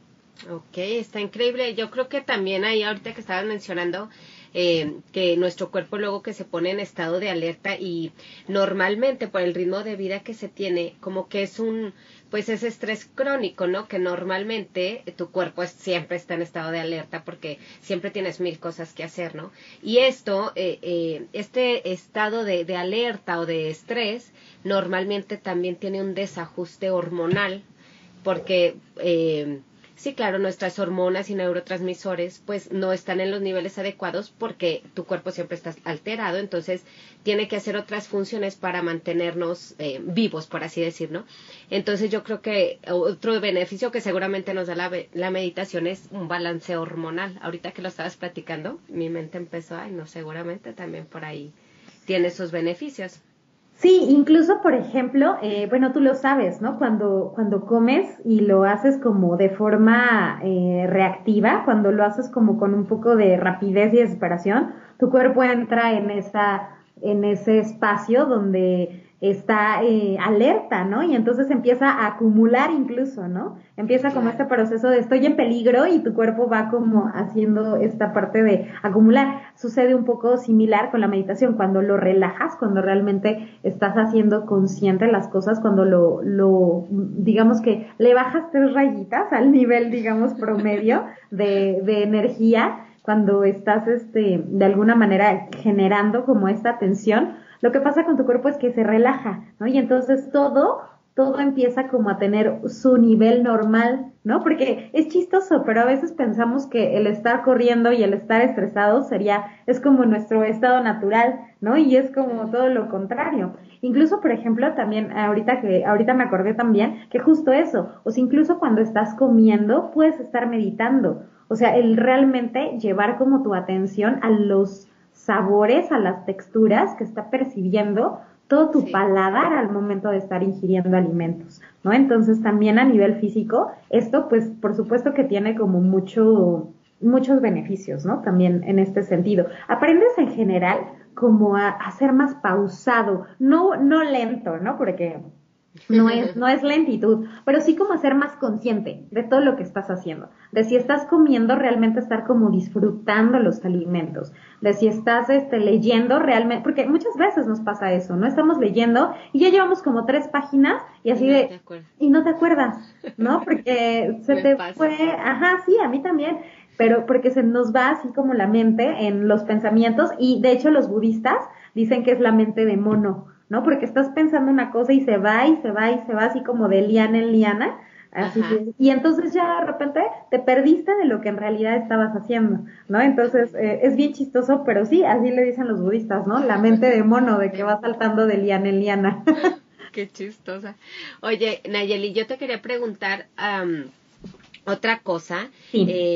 Ok, está increíble. Yo creo que también ahí ahorita que estabas mencionando eh, que nuestro cuerpo luego que se pone en estado de alerta y normalmente por el ritmo de vida que se tiene, como que es un, pues ese estrés crónico, ¿no? Que normalmente tu cuerpo es, siempre está en estado de alerta porque siempre tienes mil cosas que hacer, ¿no? Y esto, eh, eh, este estado de, de alerta o de estrés normalmente también tiene un desajuste hormonal porque... Eh, Sí, claro, nuestras hormonas y neurotransmisores pues no están en los niveles adecuados porque tu cuerpo siempre está alterado, entonces tiene que hacer otras funciones para mantenernos eh, vivos, por así decirlo. Entonces yo creo que otro beneficio que seguramente nos da la, la meditación es un balance hormonal. Ahorita que lo estabas platicando, mi mente empezó, ay no, seguramente también por ahí tiene sus beneficios. Sí, incluso, por ejemplo, eh, bueno, tú lo sabes, ¿no? Cuando, cuando comes y lo haces como de forma eh, reactiva, cuando lo haces como con un poco de rapidez y desesperación, tu cuerpo entra en esa, en ese espacio donde está eh, alerta, ¿no? Y entonces empieza a acumular incluso, ¿no? Empieza como Claro. este proceso de estoy en peligro y tu cuerpo va como haciendo esta parte de acumular. Sucede un poco similar con la meditación, cuando lo relajas, cuando realmente estás haciendo consciente las cosas, cuando lo, lo digamos que le bajas tres rayitas al nivel, digamos, promedio de, de energía, cuando estás este, de alguna manera generando como esta tensión, lo que pasa con tu cuerpo es que se relaja, ¿no? Y entonces todo, todo empieza como a tener su nivel normal, ¿no? Porque es chistoso, pero a veces pensamos que el estar corriendo y el estar estresado sería, es como nuestro estado natural, ¿no? Y es como todo lo contrario. Incluso, por ejemplo, también ahorita que, ahorita me acordé también que justo eso, o sea, incluso cuando estás comiendo, puedes estar meditando. O sea, el realmente llevar como tu atención a los sabores, a las texturas que está percibiendo todo tu Sí. paladar al momento de estar ingiriendo alimentos, ¿no? Entonces también a nivel físico, esto pues por supuesto que tiene como mucho, muchos beneficios, ¿no? También en este sentido. Aprendes en general como a, a ser más pausado, no, no lento, ¿no? Porque no es, no es lentitud, pero sí como ser más consciente de todo lo que estás haciendo, de si estás comiendo realmente estar como disfrutando los alimentos, de si estás este, leyendo realmente, porque muchas veces nos pasa eso, ¿no? Estamos leyendo y ya llevamos como tres páginas y así Y no de, te acuerdas. y no te acuerdas, ¿no? Porque se Me te pasa. fue, ajá, sí, a mí también, pero porque se nos va así como la mente en los pensamientos y de hecho los budistas dicen que es la mente de mono, ¿no? Porque estás pensando una cosa y se va y se va y se va así como de liana en liana, así Ajá. que, y entonces ya de repente te perdiste de lo que en realidad estabas haciendo, ¿no? Entonces eh, es bien chistoso, pero sí, así le dicen los budistas, ¿no? La mente de mono, de que va saltando de liana en liana. Qué chistosa. Oye, Nayeli, yo te quería preguntar um, otra cosa. Sí. Eh,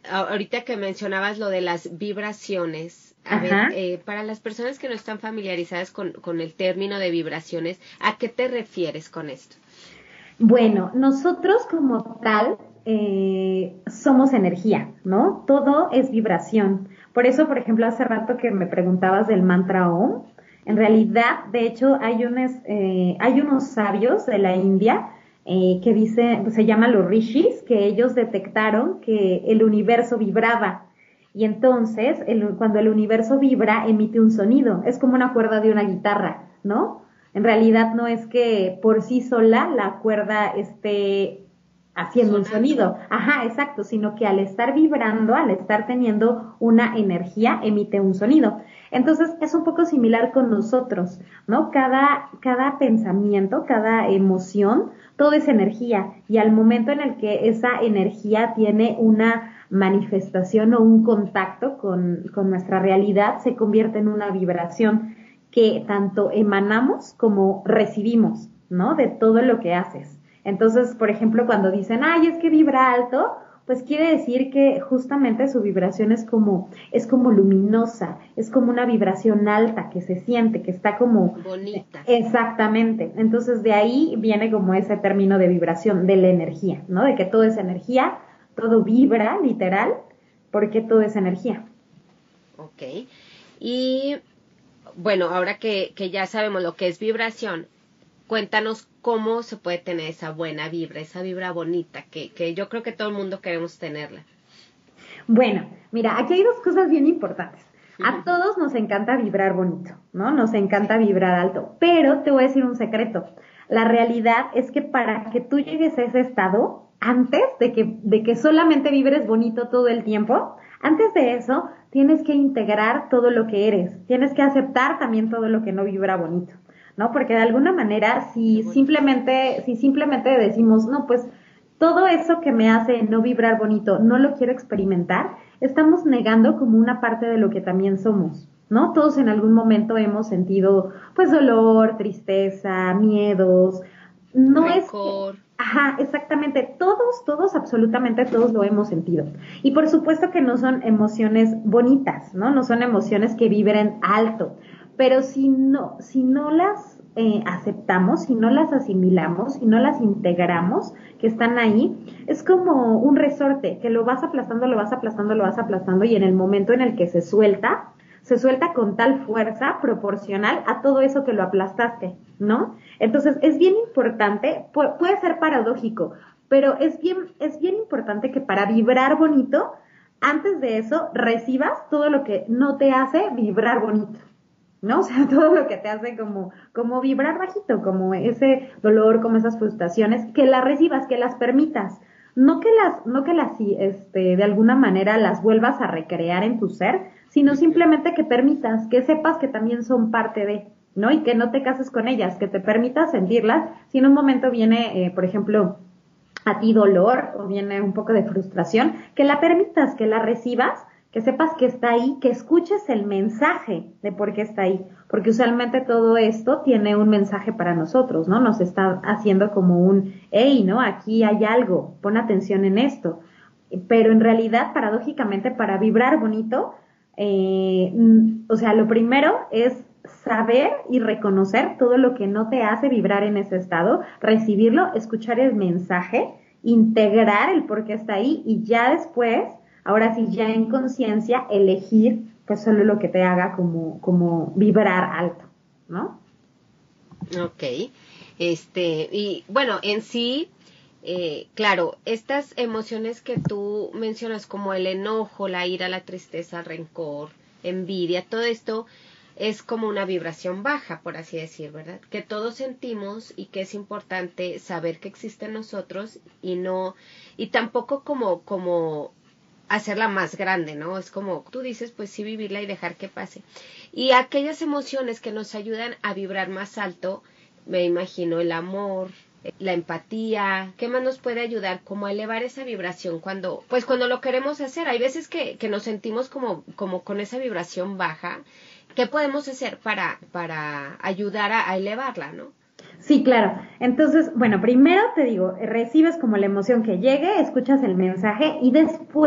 ahorita que mencionabas lo de las vibraciones, a ver, eh, para las personas que no están familiarizadas con, con el término de vibraciones, ¿a qué te refieres con esto? Bueno, nosotros como tal eh, somos energía, ¿no? Todo es vibración. Por eso, por ejemplo, hace rato que me preguntabas del mantra Om, en realidad, de hecho, hay unos, eh, hay unos sabios de la India eh, que dice, se llaman los rishis, que ellos detectaron que el universo vibraba. Y entonces, el, cuando el universo vibra, emite un sonido. Es como una cuerda de una guitarra, ¿no? En realidad no es que por sí sola la cuerda esté haciendo un sonido. Ajá, exacto, sino que al estar vibrando, al estar teniendo una energía, emite un sonido. Entonces, es un poco similar con nosotros, ¿no? Cada, cada pensamiento, cada emoción, todo es energía. Y al momento en el que esa energía tiene una manifestación o un contacto con, con nuestra realidad, se convierte en una vibración que tanto emanamos como recibimos, ¿no? De todo lo que haces. Entonces, por ejemplo, cuando dicen, ay, es que vibra alto, pues quiere decir que justamente su vibración es como, es como luminosa, es como una vibración alta que se siente, que está como... bonita. Exactamente. Entonces, de ahí viene como ese término de vibración, de la energía, ¿no? De que todo es energía, todo vibra, literal, porque todo es energía. Ok. Y... bueno, ahora que, que ya sabemos lo que es vibración, cuéntanos cómo se puede tener esa buena vibra, esa vibra bonita, que, que yo creo que todo el mundo queremos tenerla. Bueno, mira, aquí hay dos cosas bien importantes. A todos nos encanta vibrar bonito, ¿no? Nos encanta vibrar alto, pero te voy a decir un secreto. La realidad es que para que tú llegues a ese estado, antes de que, de que solamente vibres bonito todo el tiempo, antes de eso, tienes que integrar todo lo que eres. Tienes que aceptar también todo lo que no vibra bonito, ¿no? Porque de alguna manera, si simplemente, si simplemente decimos, no, pues, todo eso que me hace no vibrar bonito, no lo quiero experimentar, estamos negando como una parte de lo que también somos, ¿no? Todos en algún momento hemos sentido, pues, dolor, tristeza, miedos. No es que, ajá, exactamente, todos, todos, absolutamente todos lo hemos sentido. Y por supuesto que no son emociones bonitas, ¿no? No son emociones que vibren alto, pero si no, si no las eh, aceptamos, si no las asimilamos, si no las integramos, que están ahí, es como un resorte, que lo vas aplastando, lo vas aplastando, lo vas aplastando, y en el momento en el que se suelta, se suelta con tal fuerza proporcional a todo eso que lo aplastaste, ¿no? Entonces, es bien importante, pu- puede ser paradójico, pero es bien, es bien importante que para vibrar bonito, antes de eso, recibas todo lo que no te hace vibrar bonito, ¿no? O sea, todo lo que te hace como, como vibrar bajito, como ese dolor, como esas frustraciones, que las recibas, que las permitas. No que las, no que las, este, de alguna manera las vuelvas a recrear en tu ser, sino simplemente que permitas, que sepas que también son parte de, ¿no? Y que no te cases con ellas, que te permitas sentirlas. Si en un momento viene, eh, por ejemplo, a ti dolor o viene un poco de frustración, que la permitas, que la recibas, que sepas que está ahí, que escuches el mensaje de por qué está ahí, porque usualmente todo esto tiene un mensaje para nosotros, ¿no? Nos está haciendo como un, hey, ¿no? Aquí hay algo, pon atención en esto. Pero en realidad, paradójicamente, para vibrar bonito, eh, o sea, lo primero es saber y reconocer todo lo que no te hace vibrar en ese estado, recibirlo, escuchar el mensaje, integrar el por qué está ahí, y ya después, ahora sí, ya en conciencia, elegir pues solo lo que te haga como, como vibrar alto, ¿no? Ok, este, y bueno, en sí, eh, claro, estas emociones que tú mencionas como el enojo, la ira, la tristeza, el rencor, envidia, todo esto es como una vibración baja, por así decir, ¿verdad? Que todos sentimos y que es importante saber que existe en nosotros y no, y tampoco como, como hacerla más grande, ¿no? Es como tú dices, pues sí vivirla y dejar que pase. Y aquellas emociones que nos ayudan a vibrar más alto, me imagino el amor, la empatía, ¿qué más nos puede ayudar como a elevar esa vibración cuando, pues cuando lo queremos hacer? Hay veces que, que nos sentimos como, como con esa vibración baja. ¿Qué podemos hacer para, para ayudar a, a elevarla, no? Sí, claro. Entonces, bueno, primero te digo, recibes como la emoción que llegue, escuchas el mensaje y después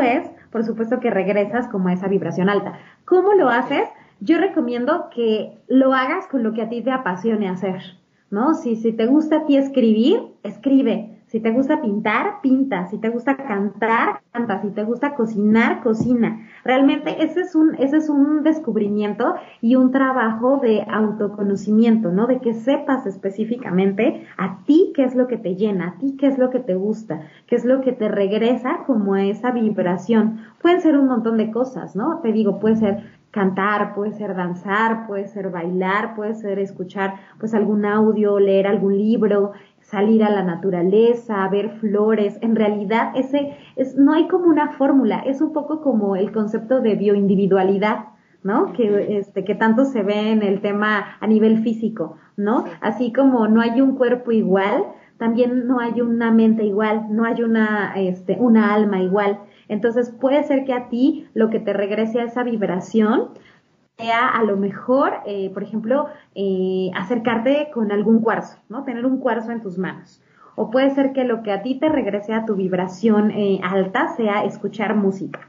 por supuesto que regresas como a esa vibración alta. ¿Cómo lo haces? Yo recomiendo que lo hagas con lo que a ti te apasione hacer, ¿no? Si, si te gusta a ti escribir, escribe. Si te gusta pintar, pinta. Si te gusta cantar, canta. Si te gusta cocinar, cocina. Realmente ese es un, ese es un descubrimiento y un trabajo de autoconocimiento, ¿no? De que sepas específicamente a ti qué es lo que te llena, a ti qué es lo que te gusta, qué es lo que te regresa como a esa vibración. Pueden ser un montón de cosas, ¿no? Te digo, puede ser cantar, puede ser danzar, puede ser bailar, puede ser escuchar pues algún audio, leer algún libro, salir a la naturaleza, ver flores. En realidad ese es, no hay como una fórmula, es un poco como el concepto de bioindividualidad, ¿no? Que este que tanto se ve en el tema a nivel físico, ¿no? Así como no hay un cuerpo igual, también no hay una mente igual, no hay una este una alma igual. Entonces puede ser que a ti lo que te regrese a esa vibración sea a lo mejor, eh, por ejemplo, eh, acercarte con algún cuarzo, ¿no? Tener un cuarzo en tus manos. O puede ser que lo que a ti te regrese a tu vibración eh, alta sea escuchar música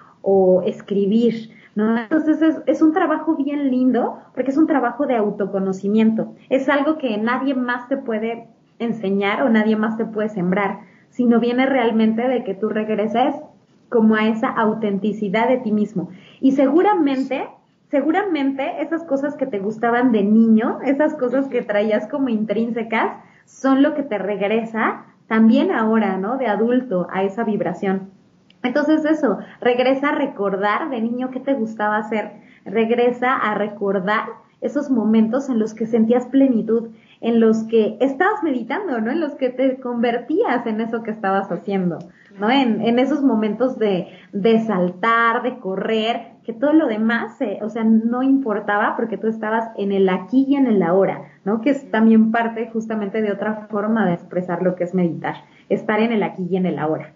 o escribir, ¿no? Entonces es, es un trabajo bien lindo porque es un trabajo de autoconocimiento. Es algo que nadie más te puede enseñar o nadie más te puede sembrar, sino viene realmente de que tú regreses como a esa autenticidad de ti mismo. Y seguramente... Seguramente esas cosas que te gustaban de niño, esas cosas que traías como intrínsecas, son lo que te regresa también ahora, ¿no? De adulto a esa vibración. Entonces eso, regresa a recordar de niño qué te gustaba hacer, regresa a recordar esos momentos en los que sentías plenitud, en los que estabas meditando, ¿no? En los que te convertías en eso que estabas haciendo, ¿no? En, en esos momentos de, de saltar, de correr, que todo lo demás, eh, o sea, no importaba porque tú estabas en el aquí y en el ahora, ¿no? Que es también parte justamente de otra forma de expresar lo que es meditar, estar en el aquí y en el ahora.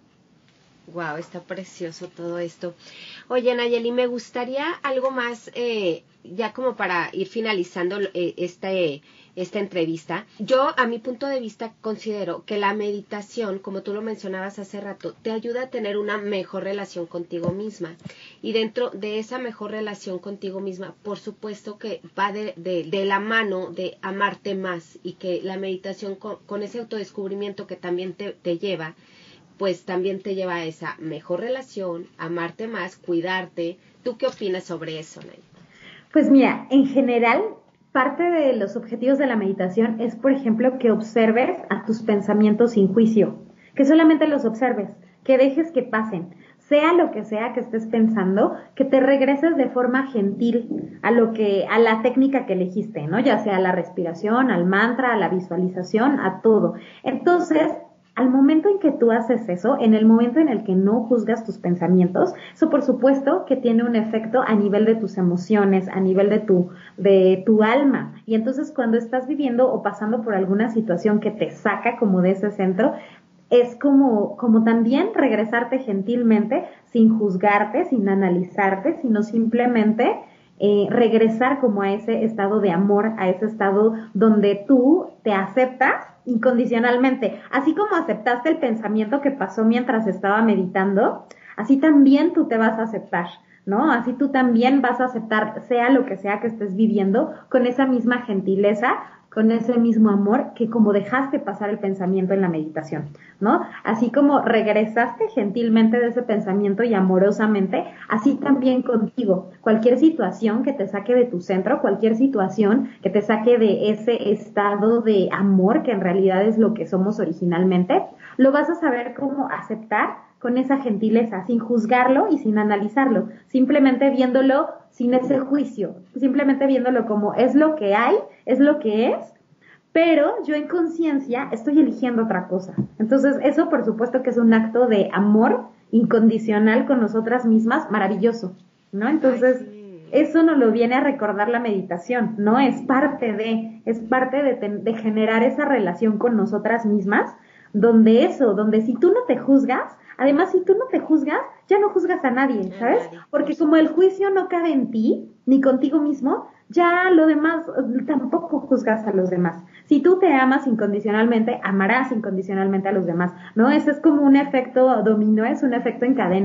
Wow, está precioso todo esto. Oye, Nayeli, me gustaría algo más, eh, ya como para ir finalizando eh, este, esta entrevista. Yo, a mi punto de vista, considero que la meditación, como tú lo mencionabas hace rato, te ayuda a tener una mejor relación contigo misma. Y dentro de esa mejor relación contigo misma, por supuesto que va de, de, de la mano de amarte más, y que la meditación con, con ese autodescubrimiento que también te, te lleva, pues también te lleva a esa mejor relación, amarte más, cuidarte. ¿Tú qué opinas sobre eso, Nay? Pues mira, en general, parte de los objetivos de la meditación es, por ejemplo, que observes a tus pensamientos sin juicio, que solamente los observes, que dejes que pasen, sea lo que sea que estés pensando, que te regreses de forma gentil a lo que, a la técnica que elegiste, ¿no? Ya sea a la respiración, al mantra, a la visualización, a todo. Entonces, al momento en que tú haces eso, en el momento en el que no juzgas tus pensamientos, eso por supuesto que tiene un efecto a nivel de tus emociones, a nivel de tu, de tu alma. Y entonces cuando estás viviendo o pasando por alguna situación que te saca como de ese centro, es como, como también regresarte gentilmente, sin juzgarte, sin analizarte, sino simplemente eh, regresar como a ese estado de amor, a ese estado donde tú te aceptas incondicionalmente. Así como aceptaste el pensamiento que pasó mientras estaba meditando, así también tú te vas a aceptar, ¿no? Así tú también vas a aceptar, sea lo que sea que estés viviendo, con esa misma gentileza, con ese mismo amor que como dejaste pasar el pensamiento en la meditación, ¿no? Así como regresaste gentilmente de ese pensamiento y amorosamente, así también contigo. Cualquier situación que te saque de tu centro, cualquier situación que te saque de ese estado de amor que en realidad es lo que somos originalmente, lo vas a saber cómo aceptar con esa gentileza, sin juzgarlo y sin analizarlo, simplemente viéndolo sin ese juicio, simplemente viéndolo como es lo que hay, es lo que es, pero yo en conciencia estoy eligiendo otra cosa. Entonces eso por supuesto que es un acto de amor incondicional con nosotras mismas, maravilloso, ¿no? Entonces Ay, sí. Eso nos lo viene a recordar la meditación, ¿no? Es parte de, es parte de, de generar esa relación con nosotras mismas, donde eso, donde si tú no te juzgas, además, si tú no te juzgas, ya no juzgas a nadie, ¿sabes? Porque como el juicio no cabe en ti, ni contigo mismo, ya lo demás, tampoco juzgas a los demás. Si tú te amas incondicionalmente, amarás incondicionalmente a los demás, ¿no? Ese es como un efecto dominó, es un efecto en cadena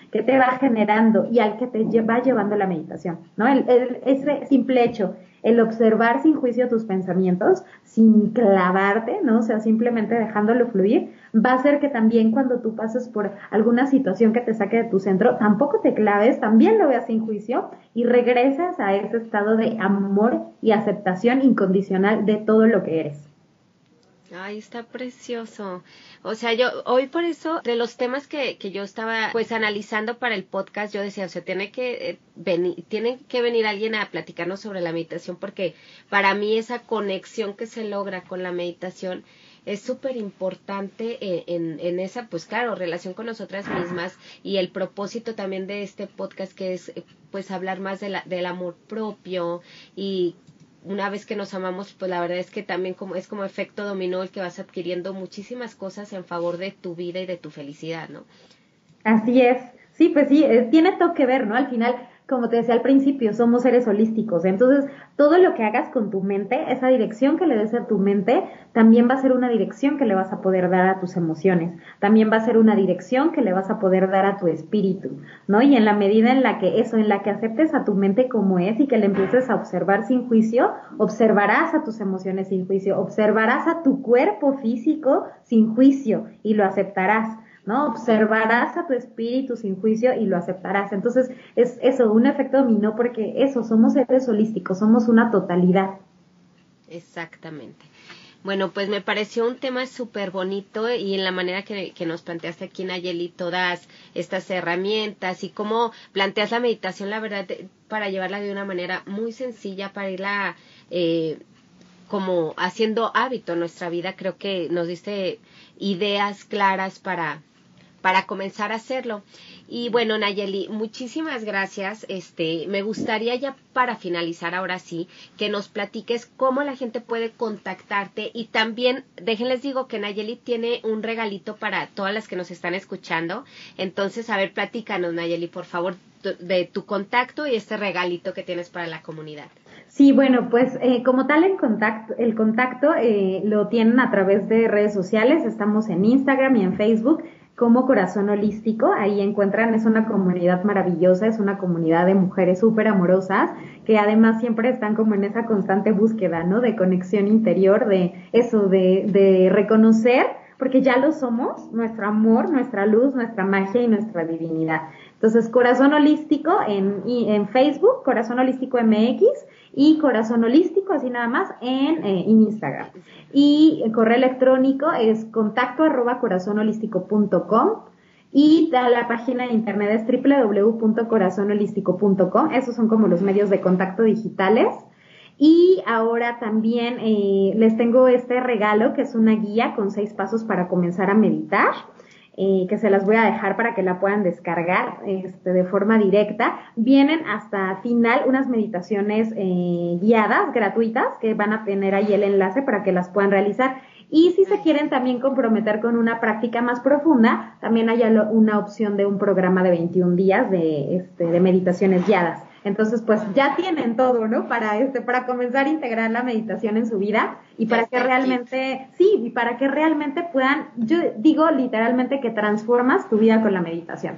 que te va generando y al que te va llevando la meditación, ¿no? El, el, ese simple hecho, el observar sin juicio tus pensamientos, sin clavarte, ¿no? O sea, simplemente dejándolo fluir, va a hacer que también cuando tú pases por alguna situación que te saque de tu centro, tampoco te claves, también lo veas sin juicio y regresas a ese estado de amor y aceptación incondicional de todo lo que eres. Ay, está precioso. O sea, yo hoy por eso, de los temas que, que yo estaba pues analizando para el podcast, yo decía, o sea, tiene que eh, venir, tiene que venir alguien a platicarnos sobre la meditación, porque para mí esa conexión que se logra con la meditación es súper importante en, en, en esa, pues claro, relación con nosotras mismas, y el propósito también de este podcast, que es pues hablar más de la, del amor propio. Y una vez que nos amamos, pues la verdad es que también como es como efecto dominó el que vas adquiriendo muchísimas cosas en favor de tu vida y de tu felicidad, ¿no? Así es. Sí, pues sí, eh, tiene todo que ver, ¿no? Al final, como te decía al principio, somos seres holísticos. Entonces, todo lo que hagas con tu mente, esa dirección que le des a tu mente, también va a ser una dirección que le vas a poder dar a tus emociones. También va a ser una dirección que le vas a poder dar a tu espíritu, ¿no? Y en la medida en la que eso, en la que aceptes a tu mente como es y que le empieces a observar sin juicio, observarás a tus emociones sin juicio, observarás a tu cuerpo físico sin juicio y lo aceptarás, ¿no? Observarás a tu espíritu sin juicio y lo aceptarás. Entonces, es eso, un efecto dominó, porque eso, somos seres holísticos, somos una totalidad. Exactamente. Bueno, pues me pareció un tema súper bonito, y en la manera que, que nos planteaste aquí, Nayeli, todas estas herramientas y cómo planteas la meditación, la verdad, para llevarla de una manera muy sencilla, para irla eh, como haciendo hábito en nuestra vida. Creo que nos diste ideas claras para para comenzar a hacerlo. Y bueno, Nayeli, muchísimas gracias. Este, me gustaría ya para finalizar ahora sí, que nos platiques cómo la gente puede contactarte, y también, déjenles digo que Nayeli tiene un regalito para todas las que nos están escuchando. Entonces, a ver, platícanos, Nayeli, por favor, de tu contacto y este regalito que tienes para la comunidad. Sí, bueno, pues eh, como tal el contacto, el contacto eh, lo tienen a través de redes sociales. Estamos en Instagram y en Facebook como Corazón Holístico. Ahí encuentran, es una comunidad maravillosa, es una comunidad de mujeres súper amorosas, que además siempre están como en esa constante búsqueda, ¿no? De conexión interior, de eso, de, de reconocer, porque ya lo somos, nuestro amor, nuestra luz, nuestra magia y nuestra divinidad. Entonces, Corazón Holístico en, en Facebook, Corazón Holístico M X, y Corazón Holístico, así nada más, en, eh, en Instagram. Y el correo electrónico es contacto arroba corazonholístico punto com, y la página de internet es doble u doble u doble u punto corazón holístico punto com. Esos son como los medios de contacto digitales. Y ahora también eh, les tengo este regalo, que es una guía con seis pasos para comenzar a meditar. Eh, que se las voy a dejar para que la puedan descargar este, de forma directa. Vienen hasta final unas meditaciones eh, guiadas, gratuitas, que van a tener ahí el enlace para que las puedan realizar. Y si se quieren también comprometer con una práctica más profunda, también hay una opción de un programa de veintiún días de, este, de meditaciones guiadas. Entonces, pues ya tienen todo, ¿no? Para este, para comenzar a integrar la meditación en su vida, y para que realmente, sí, y para que realmente puedan, yo digo literalmente que transformas tu vida con la meditación.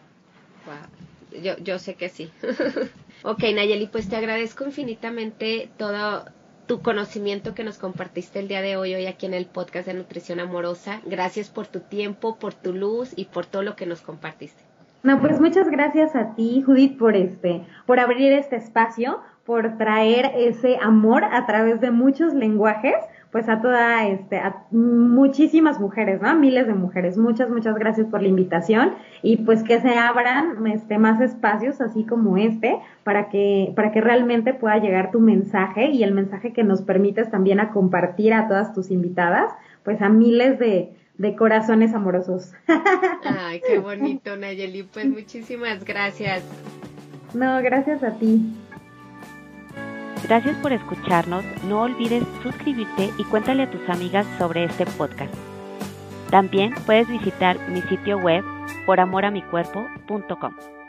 Wow. Yo, yo sé que sí. Ok, Nayeli, pues te agradezco infinitamente todo tu conocimiento que nos compartiste el día de hoy, hoy aquí en el podcast de Nutrición Amorosa. Gracias por tu tiempo, por tu luz y por todo lo que nos compartiste. No, pues muchas gracias a ti, Judith, por este, por abrir este espacio, por traer ese amor a través de muchos lenguajes, pues a toda, este, a muchísimas mujeres, ¿no? Miles de mujeres. Muchas, muchas gracias por la invitación, y pues que se abran, este, más espacios así como este, para que, para que realmente pueda llegar tu mensaje, y el mensaje que nos permites también a compartir a todas tus invitadas, pues a miles de, de corazones amorosos. Ay, qué bonito, Nayeli. Pues muchísimas gracias. No, gracias a ti. Gracias por escucharnos. No olvides suscribirte y cuéntale a tus amigas sobre este podcast. También puedes visitar mi sitio web por amor a mi cuerpo punto com.